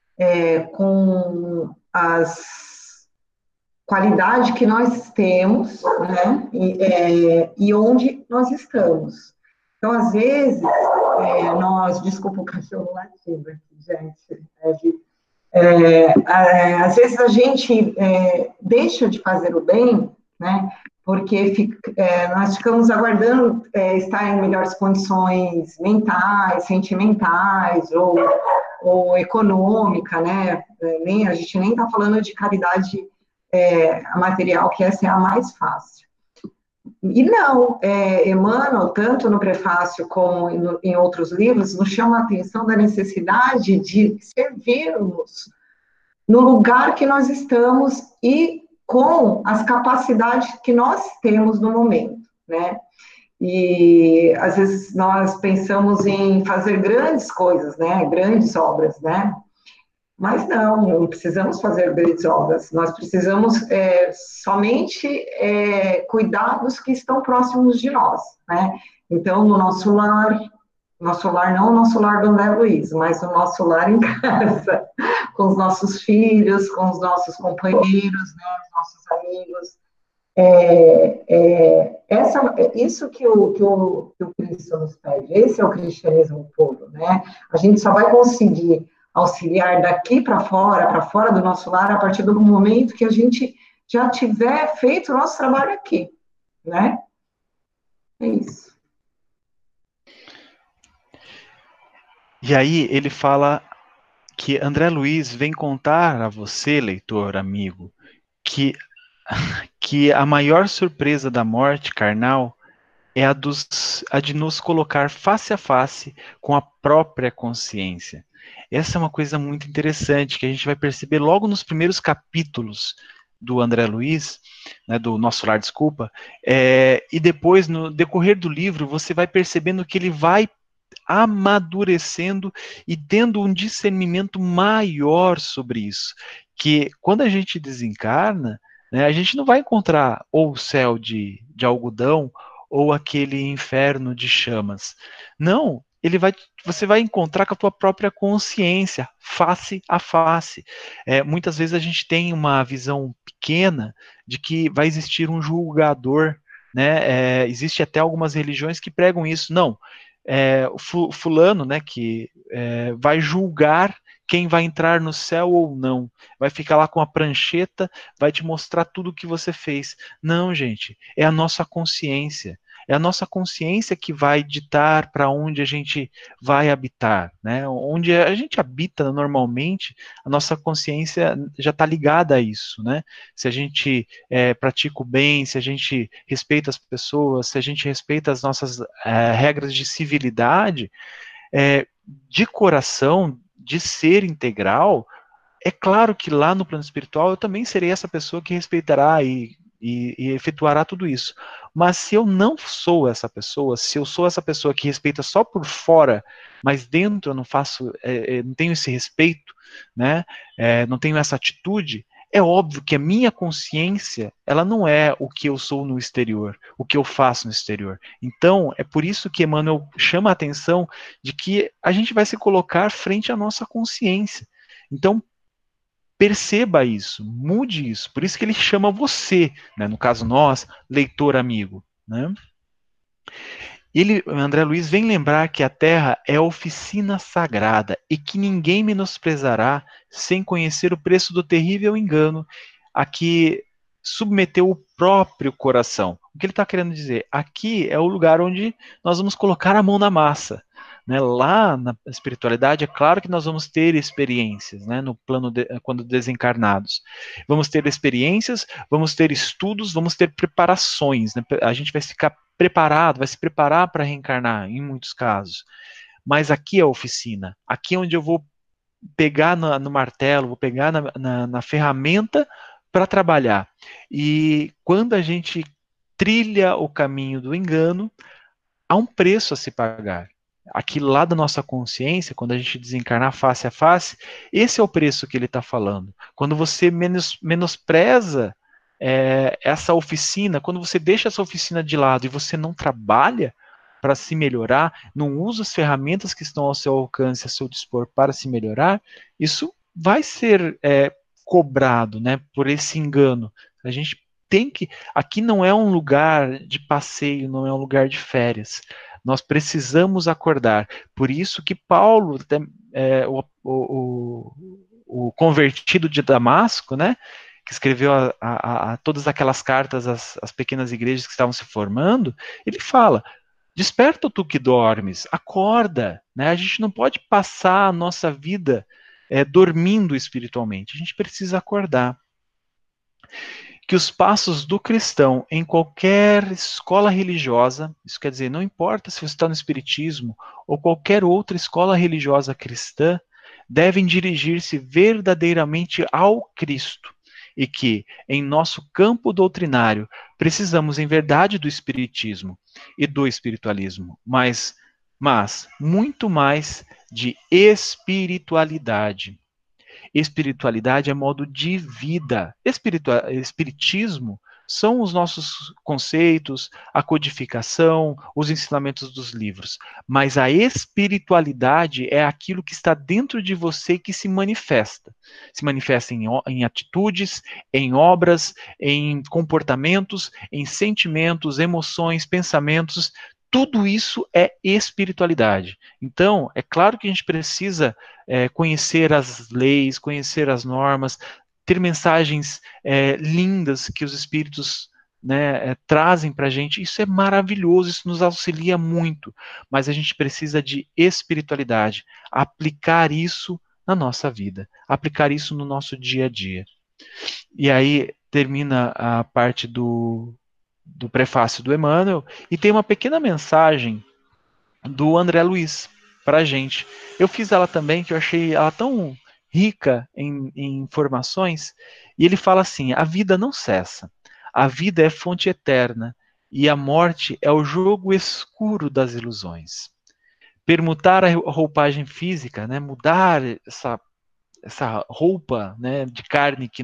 S2: com as qualidades que nós temos, né, e onde nós estamos. Então, às vezes, desculpa o cachorro latindo aqui, gente, às vezes a gente deixa de fazer o bem, né, porque nós ficamos aguardando estar em melhores condições mentais, sentimentais ou econômica, né? A gente nem está falando de caridade material, que essa é a mais fácil. E não, Emmanuel, tanto no prefácio como em outros livros, nos chama a atenção da necessidade de servirmos no lugar que nós estamos e com as capacidades que nós temos no momento, né? E às vezes nós pensamos em fazer grandes coisas, né? Grandes obras, né? Mas não precisamos fazer grandes obras, nós precisamos somente cuidar dos que estão próximos de nós, né? Então, no nosso lar não o nosso lar do André Luiz, mas o nosso lar em casa, com os nossos filhos, com os nossos companheiros, né, os nossos amigos. Isso que o Cristo nos pede, esse é o cristianismo puro, né? A gente só vai conseguir auxiliar daqui para fora do nosso lar, a partir do momento que a gente já tiver feito o nosso trabalho aqui, né? É isso.
S1: E aí ele fala que André Luiz vem contar a você, leitor, amigo, que a maior surpresa da morte carnal é a de nos colocar face a face com a própria consciência. Essa é uma coisa muito interessante, que a gente vai perceber logo nos primeiros capítulos do André Luiz, né, do Nosso Lar, desculpa, e depois, no decorrer do livro, você vai percebendo que ele vai amadurecendo e tendo um discernimento maior sobre isso, que quando a gente desencarna, né, a gente não vai encontrar ou o céu de algodão ou aquele inferno de chamas. Não, você vai encontrar com a tua própria consciência, face a face. Muitas vezes a gente tem uma visão pequena de que vai existir um julgador, né? Existe até algumas religiões que pregam isso. Não, o fulano, né, que vai julgar quem vai entrar no céu ou não. Vai ficar lá com a prancheta, vai te mostrar tudo o que você fez. Não, gente, é a nossa consciência. É a nossa consciência que vai ditar para onde a gente vai habitar, né? Onde a gente habita normalmente, a nossa consciência já está ligada a isso, né? Se a gente pratica o bem, se a gente respeita as pessoas, se a gente respeita as nossas regras de civilidade, de coração, de ser integral, é claro que lá no plano espiritual eu também serei essa pessoa que respeitará e efetuará tudo isso. Mas se eu não sou essa pessoa, se eu sou essa pessoa que respeita só por fora, mas dentro eu não faço, não tenho esse respeito, né? Não tenho essa atitude, é óbvio que a minha consciência, ela não é o que eu sou no exterior, o que eu faço no exterior. Então, é por isso que Emmanuel chama a atenção de que a gente vai se colocar frente à nossa consciência. Então, perceba isso, mude isso. Por isso que ele chama você, né, no caso nós, leitor amigo. Né? André Luiz, vem lembrar que a Terra é oficina sagrada e que ninguém menosprezará sem conhecer o preço do terrível engano a que submeteu o próprio coração. O que ele está querendo dizer? Aqui é o lugar onde nós vamos colocar a mão na massa. Né? Lá na espiritualidade, é claro que nós vamos ter experiências, né? No plano quando desencarnados. Vamos ter experiências, vamos ter estudos, vamos ter preparações. Né? A gente vai ficar preparado, vai se preparar para reencarnar, em muitos casos. Mas aqui é a oficina, aqui é onde eu vou pegar no martelo, vou pegar na ferramenta para trabalhar. E quando a gente trilha o caminho do engano, há um preço a se pagar. Aquilo lá da nossa consciência, quando a gente desencarnar face a face, esse é o preço que ele está falando. Quando você menospreza essa oficina, quando você deixa essa oficina de lado e você não trabalha para se melhorar, não usa as ferramentas que estão ao seu alcance, a seu dispor para se melhorar, isso vai ser cobrado, né, por esse engano. A gente tem que. Aqui não é um lugar de passeio, não é um lugar de férias. Nós precisamos acordar. Por isso que Paulo, o convertido de Damasco, né, que escreveu a todas aquelas cartas às pequenas igrejas que estavam se formando, ele fala: desperta tu que dormes, acorda. Né? A gente não pode passar a nossa vida dormindo espiritualmente. A gente precisa acordar. Que os passos do cristão em qualquer escola religiosa, isso quer dizer, não importa se você está no Espiritismo ou qualquer outra escola religiosa cristã, devem dirigir-se verdadeiramente ao Cristo. E que, em nosso campo doutrinário, precisamos em verdade do Espiritismo e do espiritualismo, mas muito mais de espiritualidade. Espiritualidade é modo de vida. Espiritismo são os nossos conceitos, a codificação, os ensinamentos dos livros. Mas a espiritualidade é aquilo que está dentro de você que se manifesta. Se manifesta em atitudes, em obras, em comportamentos, em sentimentos, emoções, pensamentos. Tudo isso é espiritualidade. Então, é claro que a gente precisa conhecer as leis, conhecer as normas, ter mensagens lindas que os espíritos trazem para a gente. Isso é maravilhoso, isso nos auxilia muito. Mas a gente precisa de espiritualidade, aplicar isso na nossa vida, aplicar isso no nosso dia a dia. E aí termina a parte do prefácio do Emmanuel e tem uma pequena mensagem do André Luiz para a gente. Eu fiz ela também, que eu achei ela tão rica em informações, e ele fala assim: a vida não cessa, a vida é fonte eterna, e a morte é o jogo escuro das ilusões. Permutar a roupagem física, né, mudar essa roupa, né, de carne que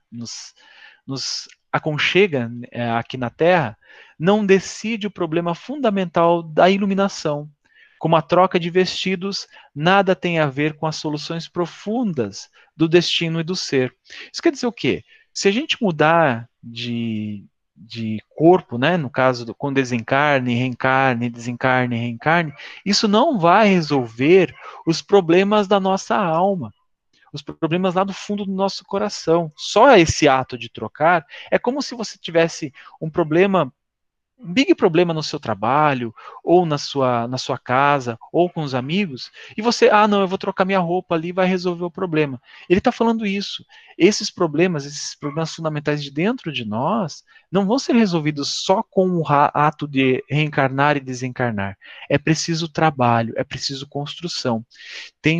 S1: nos aconchega aqui na Terra, não decide o problema fundamental da iluminação. Como a troca de vestidos, nada tem a ver com as soluções profundas do destino e do ser. Isso quer dizer o quê? Se a gente mudar de corpo, né? No caso com desencarne, reencarne, desencarne, reencarne, isso não vai resolver os problemas da nossa alma, os problemas lá do fundo do nosso coração. Só esse ato de trocar é como se você tivesse um problema, um big problema no seu trabalho, ou na sua casa, ou com os amigos, e você, não, eu vou trocar minha roupa ali, vai resolver o problema. Ele está falando isso. Esses problemas fundamentais de dentro de nós, não vão ser resolvidos só com o ato de reencarnar e desencarnar. É preciso trabalho, é preciso construção. Tem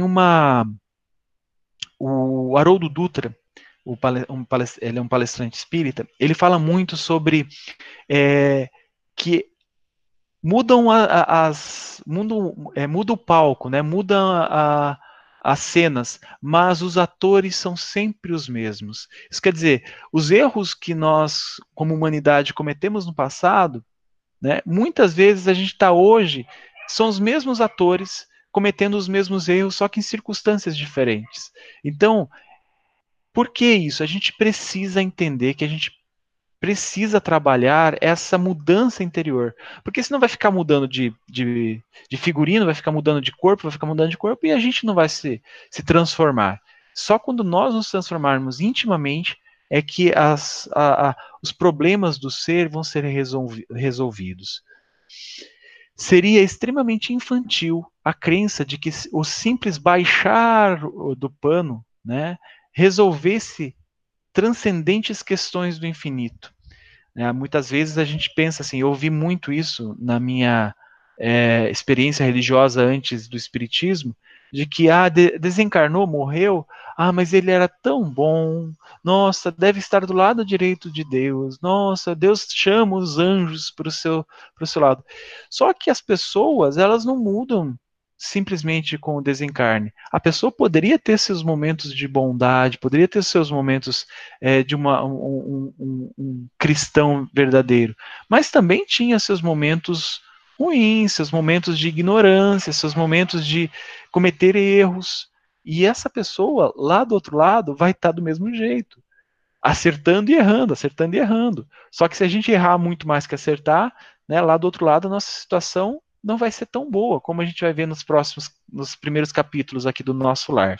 S1: o Haroldo Dutra, ele é um palestrante espírita, ele fala muito sobre que muda o palco, né? As cenas, mas os atores são sempre os mesmos. Isso quer dizer, os erros que nós, como humanidade, cometemos no passado, né? Muitas vezes a gente está hoje, são os mesmos atores cometendo os mesmos erros, só que em circunstâncias diferentes. Então, por que isso? A gente precisa entender que a gente precisa trabalhar essa mudança interior. Porque senão vai ficar mudando de figurino, vai ficar mudando de corpo, vai ficar mudando de corpo e a gente não vai se transformar. Só quando nós nos transformarmos intimamente é que os problemas do ser vão ser resolvidos. Seria extremamente infantil a crença de que o simples baixar do pano, né, resolvesse transcendentes questões do infinito. Muitas vezes a gente pensa assim, eu ouvi muito isso na minha experiência religiosa antes do espiritismo, de que desencarnou, morreu, mas ele era tão bom, nossa, deve estar do lado direito de Deus, nossa, Deus chama os anjos para o seu lado. Só que as pessoas, elas não mudam simplesmente com o desencarne. A pessoa poderia ter seus momentos de bondade, poderia ter seus momentos de um cristão verdadeiro, mas também tinha seus momentos ruins, seus momentos de ignorância, seus momentos de cometer erros. E essa pessoa, lá do outro lado, vai estar do mesmo jeito, acertando e errando, acertando e errando. Só que se a gente errar muito mais que acertar, né, lá do outro lado, a nossa situação não vai ser tão boa, como a gente vai ver nos primeiros capítulos aqui do Nosso Lar.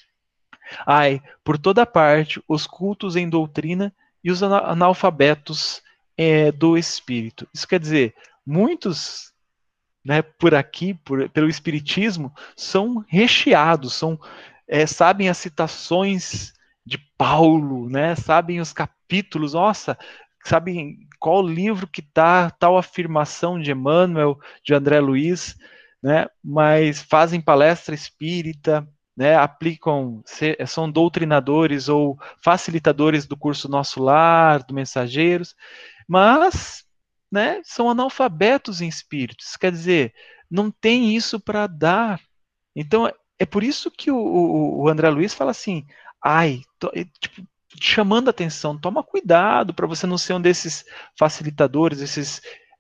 S1: Por toda parte, os cultos em doutrina e os analfabetos do espírito. Isso quer dizer, muitos, né, por aqui, pelo espiritismo, são recheados, sabem as citações de Paulo, né, sabem os capítulos, nossa, sabem qual livro que está tal afirmação de Emmanuel, de André Luiz, né, mas fazem palestra espírita, né, são doutrinadores ou facilitadores do curso Nosso Lar, do Mensageiros, mas, né, são analfabetos em espíritos, quer dizer, não tem isso para dar. Então, é por isso que o André Luiz fala assim, tipo, chamando a atenção, toma cuidado para você não ser um desses facilitadores, desses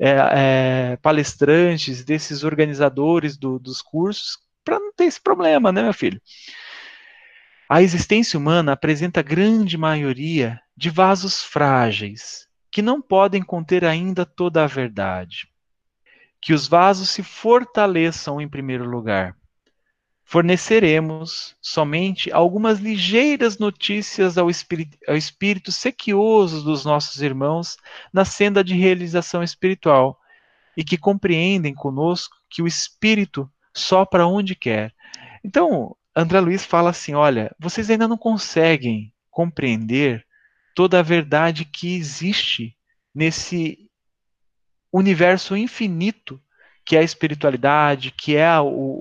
S1: palestrantes, desses organizadores dos cursos, para não ter esse problema, né, meu filho? A existência humana apresenta grande maioria de vasos frágeis, que não podem conter ainda toda a verdade. Que os vasos se fortaleçam em primeiro lugar. Forneceremos somente algumas ligeiras notícias ao espírito sequioso dos nossos irmãos na senda de realização espiritual e que compreendem conosco que o espírito sopra onde quer. Então, André Luiz fala assim: olha, vocês ainda não conseguem compreender toda a verdade que existe nesse universo infinito que é a espiritualidade, que é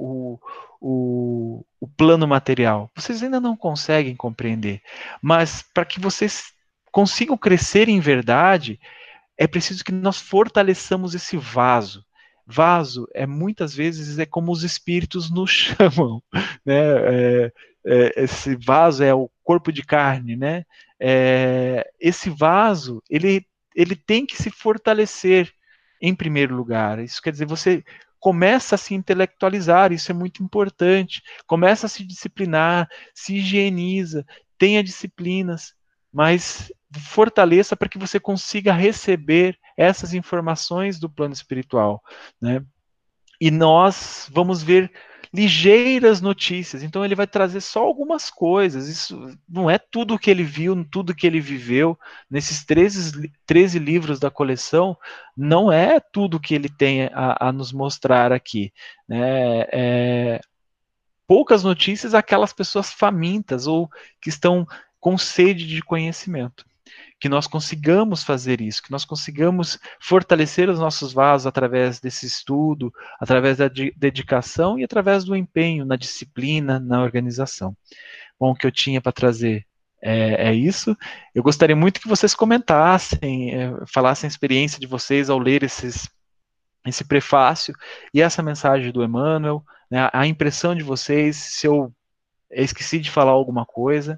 S1: o plano material. Vocês ainda não conseguem compreender. Mas para que vocês consigam crescer em verdade, é preciso que nós fortaleçamos esse vaso. Vaso muitas vezes é como os espíritos nos chamam, né? Esse vaso é o corpo de carne, né? Esse vaso ele tem que se fortalecer em primeiro lugar. Isso quer dizer, você começa a se intelectualizar, isso é muito importante. Começa a se disciplinar, se higieniza, tenha disciplinas, mas fortaleça para que você consiga receber essas informações do plano espiritual, né? E nós vamos ver ligeiras notícias. Então ele vai trazer só algumas coisas. Isso não é tudo que ele viu, tudo que ele viveu. Nesses 13 livros da coleção, não é tudo que ele tem a nos mostrar aqui, né? Poucas notícias àquelas pessoas famintas ou que estão com sede de conhecimento. Que nós consigamos fazer isso, que nós consigamos fortalecer os nossos vasos através desse estudo, através da dedicação e através do empenho na disciplina, na organização. Bom, o que eu tinha para trazer é isso. Eu gostaria muito que vocês comentassem, falassem a experiência de vocês ao ler esse prefácio e essa mensagem do Emmanuel, né, a impressão de vocês, se eu esqueci de falar alguma coisa.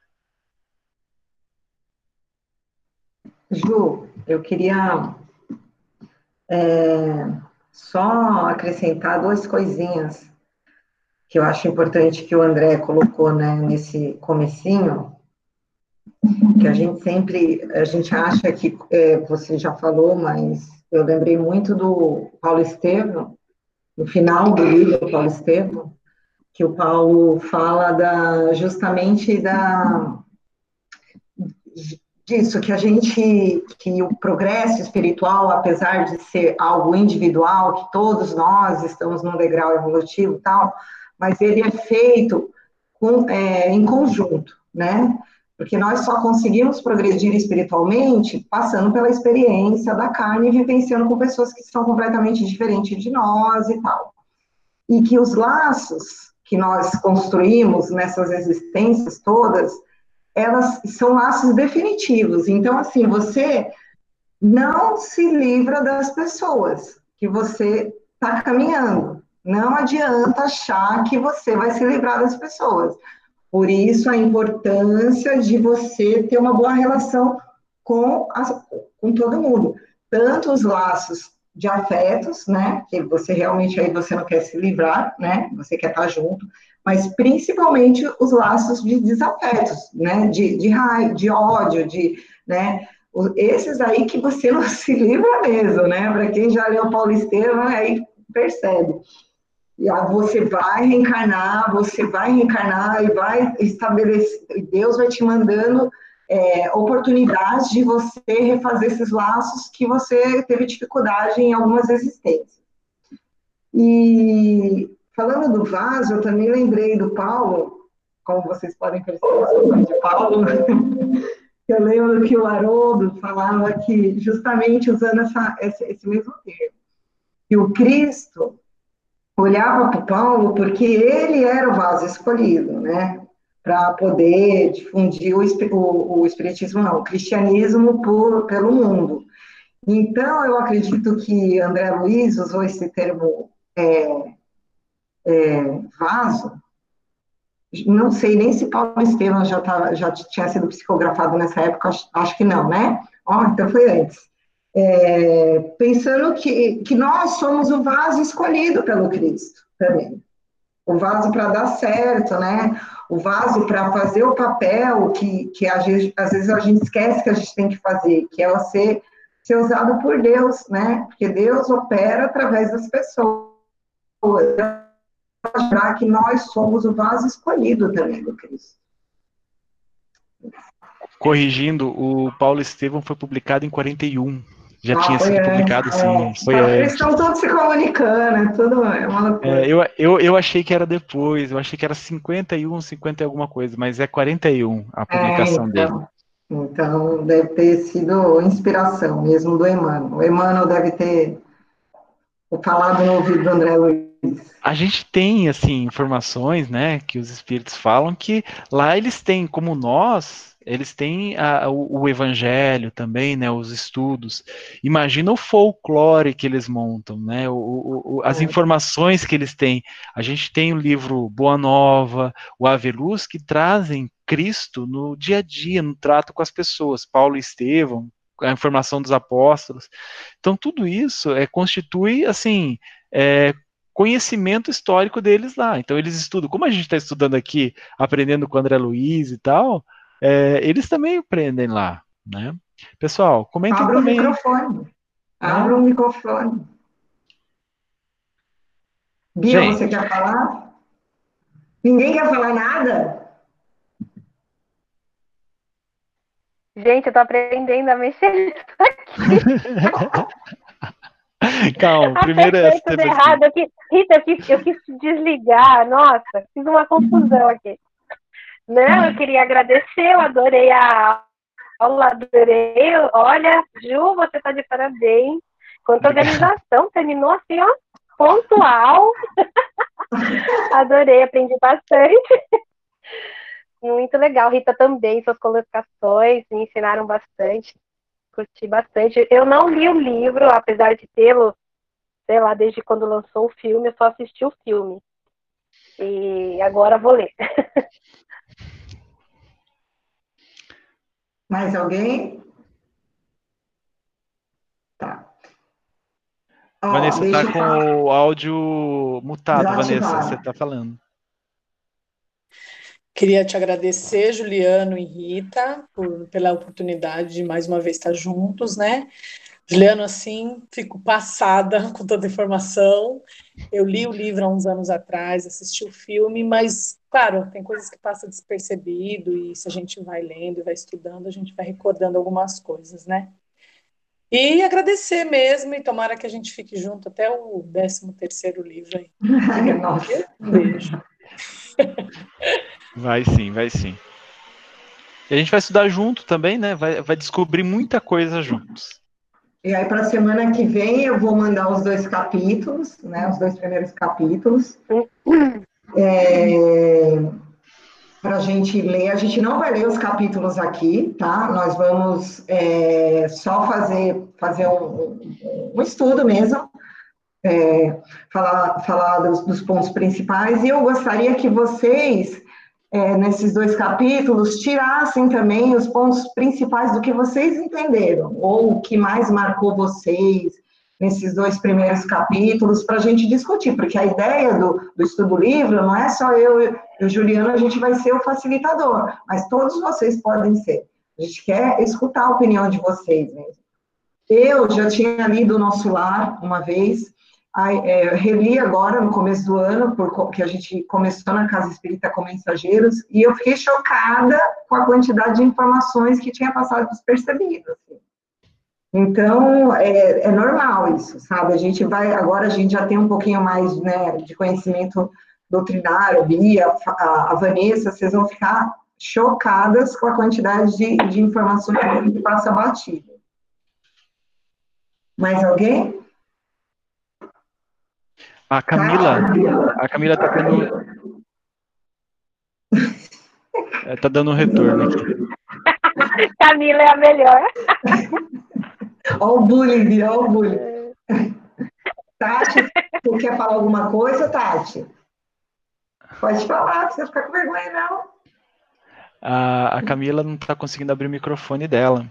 S2: Ju, eu queria só acrescentar duas coisinhas que eu acho importante que o André colocou, né, nesse comecinho, que a gente acha que, você já falou, mas eu lembrei muito do Paulo Estevam, no final do livro Paulo Estevam, que o Paulo fala justamente disso, que o progresso espiritual, apesar de ser algo individual, que todos nós estamos num degrau evolutivo e tal, mas ele é feito em conjunto, né? Porque nós só conseguimos progredir espiritualmente passando pela experiência da carne e vivenciando com pessoas que são completamente diferentes de nós e tal. E que os laços que nós construímos nessas existências todas, elas são laços definitivos. Então, assim, você não se livra das pessoas que você está caminhando. Não adianta achar que você vai se livrar das pessoas. Por isso, a importância de você ter uma boa relação com todo mundo. Tanto os laços de afetos, né, que você realmente aí você não quer se livrar, né, você quer estar junto, mas principalmente os laços de desafetos, né, de raiva, de ódio, né, esses aí que você não se livra mesmo, né, para quem já leu Paulo Estevam, aí percebe. E aí você vai reencarnar e vai estabelecer, Deus vai te mandando oportunidades de você refazer esses laços que você teve dificuldade em algumas existências. E falando do vaso, eu também lembrei do Paulo, como vocês podem perceber, eu sou fã de Paulo, eu lembro que o Haroldo falava que, justamente usando esse mesmo termo, que o Cristo olhava para o Paulo porque ele era o vaso escolhido, né? Para poder difundir o espiritismo, não, o cristianismo pelo mundo. Então, eu acredito que André Luiz usou esse termo vaso. Não sei nem se Paulo Estevam já tinha sido psicografado nessa época, acho que não, né? Então foi antes. Pensando que nós somos o vaso escolhido pelo Cristo também. O vaso para dar certo, né? O vaso para fazer o papel que às vezes a gente esquece que a gente tem que fazer, que é ser usado por Deus, né? Porque Deus opera através das pessoas. Mostrar que nós somos o vaso escolhido também do Cristo.
S1: Corrigindo, o Paulo Estevam foi publicado em 41. Já tinha sido
S2: Antes,
S1: publicado, sim, foi
S2: eles
S1: antes.
S2: estão todos se comunicando, tudo é uma loucura.
S1: Eu achei que era depois, eu achei que era 51, 50 e alguma coisa, mas é 41 a publicação dele.
S2: Então, deve ter sido inspiração mesmo do Emmanuel. O Emmanuel deve ter falado no ouvido do André Luiz.
S1: A gente tem, assim, informações, né, que os espíritos falam que lá eles têm, como nós, eles têm o evangelho também, né, os estudos. Imagina o folclore que eles montam, né, as informações que eles têm. A gente tem o livro Boa Nova, o Ave Luz, que trazem Cristo no dia a dia, no trato com as pessoas. Paulo e Estevão, a informação dos apóstolos. Então, tudo isso constitui, assim, conhecimento histórico deles lá. Então eles estudam, como a gente está estudando aqui, aprendendo com o André Luiz e tal, eles também aprendem lá, né? Pessoal, comentem
S2: Abra o
S1: também aí,
S2: microfone. Abra
S1: né?
S2: o microfone. Bia, você
S1: Gente,
S2: quer falar? Ninguém quer falar nada?
S3: Gente, eu tô aprendendo a mexer nisso aqui.
S1: calma, primeiro
S3: Apertei tudo
S1: depois que...
S3: errado. Rita, eu quis desligar. Nossa, fiz uma confusão aqui. Não, eu queria agradecer, eu adorei a aula, adorei. Olha, Ju, você tá de parabéns. Quanta
S1: Obrigado.
S3: organização, terminou assim, ó, pontual. Adorei, aprendi bastante. Muito legal, Rita, também, suas colocações me ensinaram bastante, curti bastante. Eu não li o livro, apesar de tê-lo, sei lá, desde quando lançou o filme, eu só assisti o filme. E agora vou ler.
S2: Mais alguém? Tá. Ó,
S1: Vanessa, tá
S2: deixa eu
S1: com
S2: falar.
S1: o áudio mutado, Vanessa, você
S2: Desativar.
S1: tá falando.
S4: Queria te agradecer, Juliano e Rita, pela oportunidade de mais uma vez estar juntos, né? Juliano, assim, fico passada com tanta informação. Eu li o livro há uns anos atrás, assisti o filme, mas, claro, tem coisas que passam despercebido e se a gente vai lendo e vai estudando, a gente vai recordando algumas coisas, né? E agradecer mesmo e tomara que a gente fique junto até o 13º livro aí. Obrigada,
S2: Nossa.
S4: viu? Um beijo.
S1: Vai sim, vai sim. E a gente vai estudar junto também, né? Vai descobrir muita coisa juntos.
S2: E aí, para a semana que vem, eu vou mandar os 2 capítulos, né? Os 2 primeiros capítulos. Para a gente ler. A gente não vai ler os capítulos aqui, tá? Nós vamos só fazer um estudo mesmo, falar dos pontos principais. E eu gostaria que vocês, nesses 2 capítulos, tirassem também os pontos principais do que vocês entenderam, ou o que mais marcou vocês nesses 2 primeiros capítulos, para a gente discutir, porque a ideia do estudo livro não é só eu e o Juliano, a gente vai ser o facilitador, mas todos vocês podem ser. A gente quer escutar a opinião de vocês mesmo. Eu já tinha lido O Nosso Lar uma vez, reli agora no começo do ano, porque a gente começou na Casa Espírita com Mensageiros, e eu fiquei chocada com a quantidade de informações que tinha passado despercebido. Assim. Então, é normal isso, sabe? Agora a gente já tem um pouquinho mais, né, de conhecimento doutrinário, Bia, a Vanessa, vocês vão ficar chocadas com a quantidade de informações que passa batido. Mais alguém?
S1: A
S2: Tá?
S1: Camila tá tendo, tá dando um retorno aqui.
S3: Camila é a melhor.
S2: Olha o bullying, Bia, olha o bullying. Tati, você quer falar alguma coisa, Tati? Pode falar, não precisa ficar com vergonha, não.
S1: A Camila não tá conseguindo abrir o microfone dela.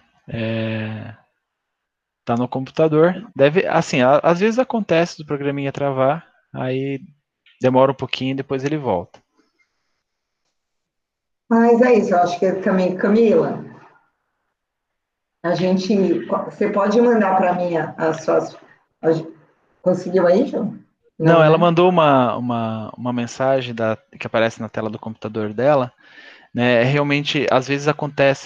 S1: Tá no computador. Deve, assim, às vezes acontece do programinha travar, aí demora um pouquinho, depois ele volta.
S2: Mas é isso, eu acho que também, Camila, você pode mandar para mim as suas, conseguiu aí, João?
S1: Não,
S2: Não,
S1: ela
S2: né?
S1: mandou uma mensagem que aparece na tela do computador dela, né? Realmente, às vezes acontece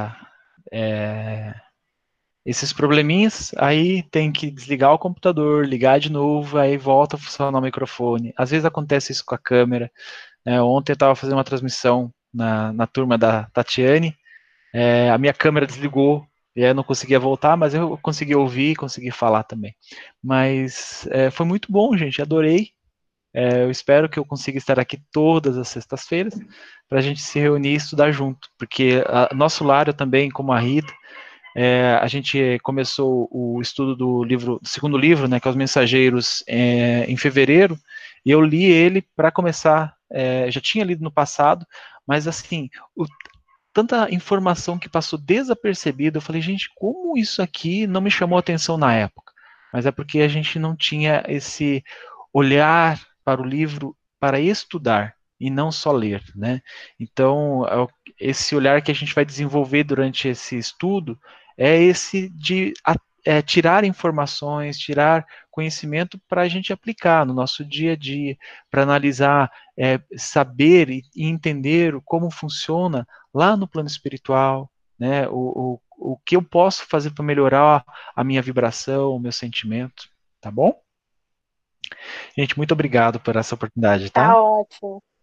S1: esses probleminhas, aí tem que desligar o computador, ligar de novo, aí volta a funcionar o microfone. Às vezes acontece isso com a câmera. Né? Ontem eu estava fazendo uma transmissão na turma da Tatiane, a minha câmera desligou, e aí eu não conseguia voltar, mas eu consegui ouvir, consegui falar também. Mas foi muito bom, gente, adorei. Eu espero que eu consiga estar aqui todas as sextas-feiras para a gente se reunir e estudar junto, porque nosso lar, eu também, como a Rita, a gente começou o estudo do segundo livro, né, que é Os Mensageiros, em fevereiro, e eu li ele para começar, já tinha lido no passado, mas assim, tanta informação que passou desapercebida, eu falei, gente, como isso aqui não me chamou atenção na época? Mas é porque a gente não tinha esse olhar para o livro para estudar, e não só ler, né? Então, esse olhar que a gente vai desenvolver durante esse estudo é esse de tirar informações, tirar conhecimento para a gente aplicar no nosso dia a dia, para analisar, saber e entender como funciona lá no plano espiritual, né? O que eu posso fazer para melhorar a minha vibração, o meu sentimento, tá bom? Gente, muito obrigado por essa oportunidade, tá?
S3: Tá ótimo.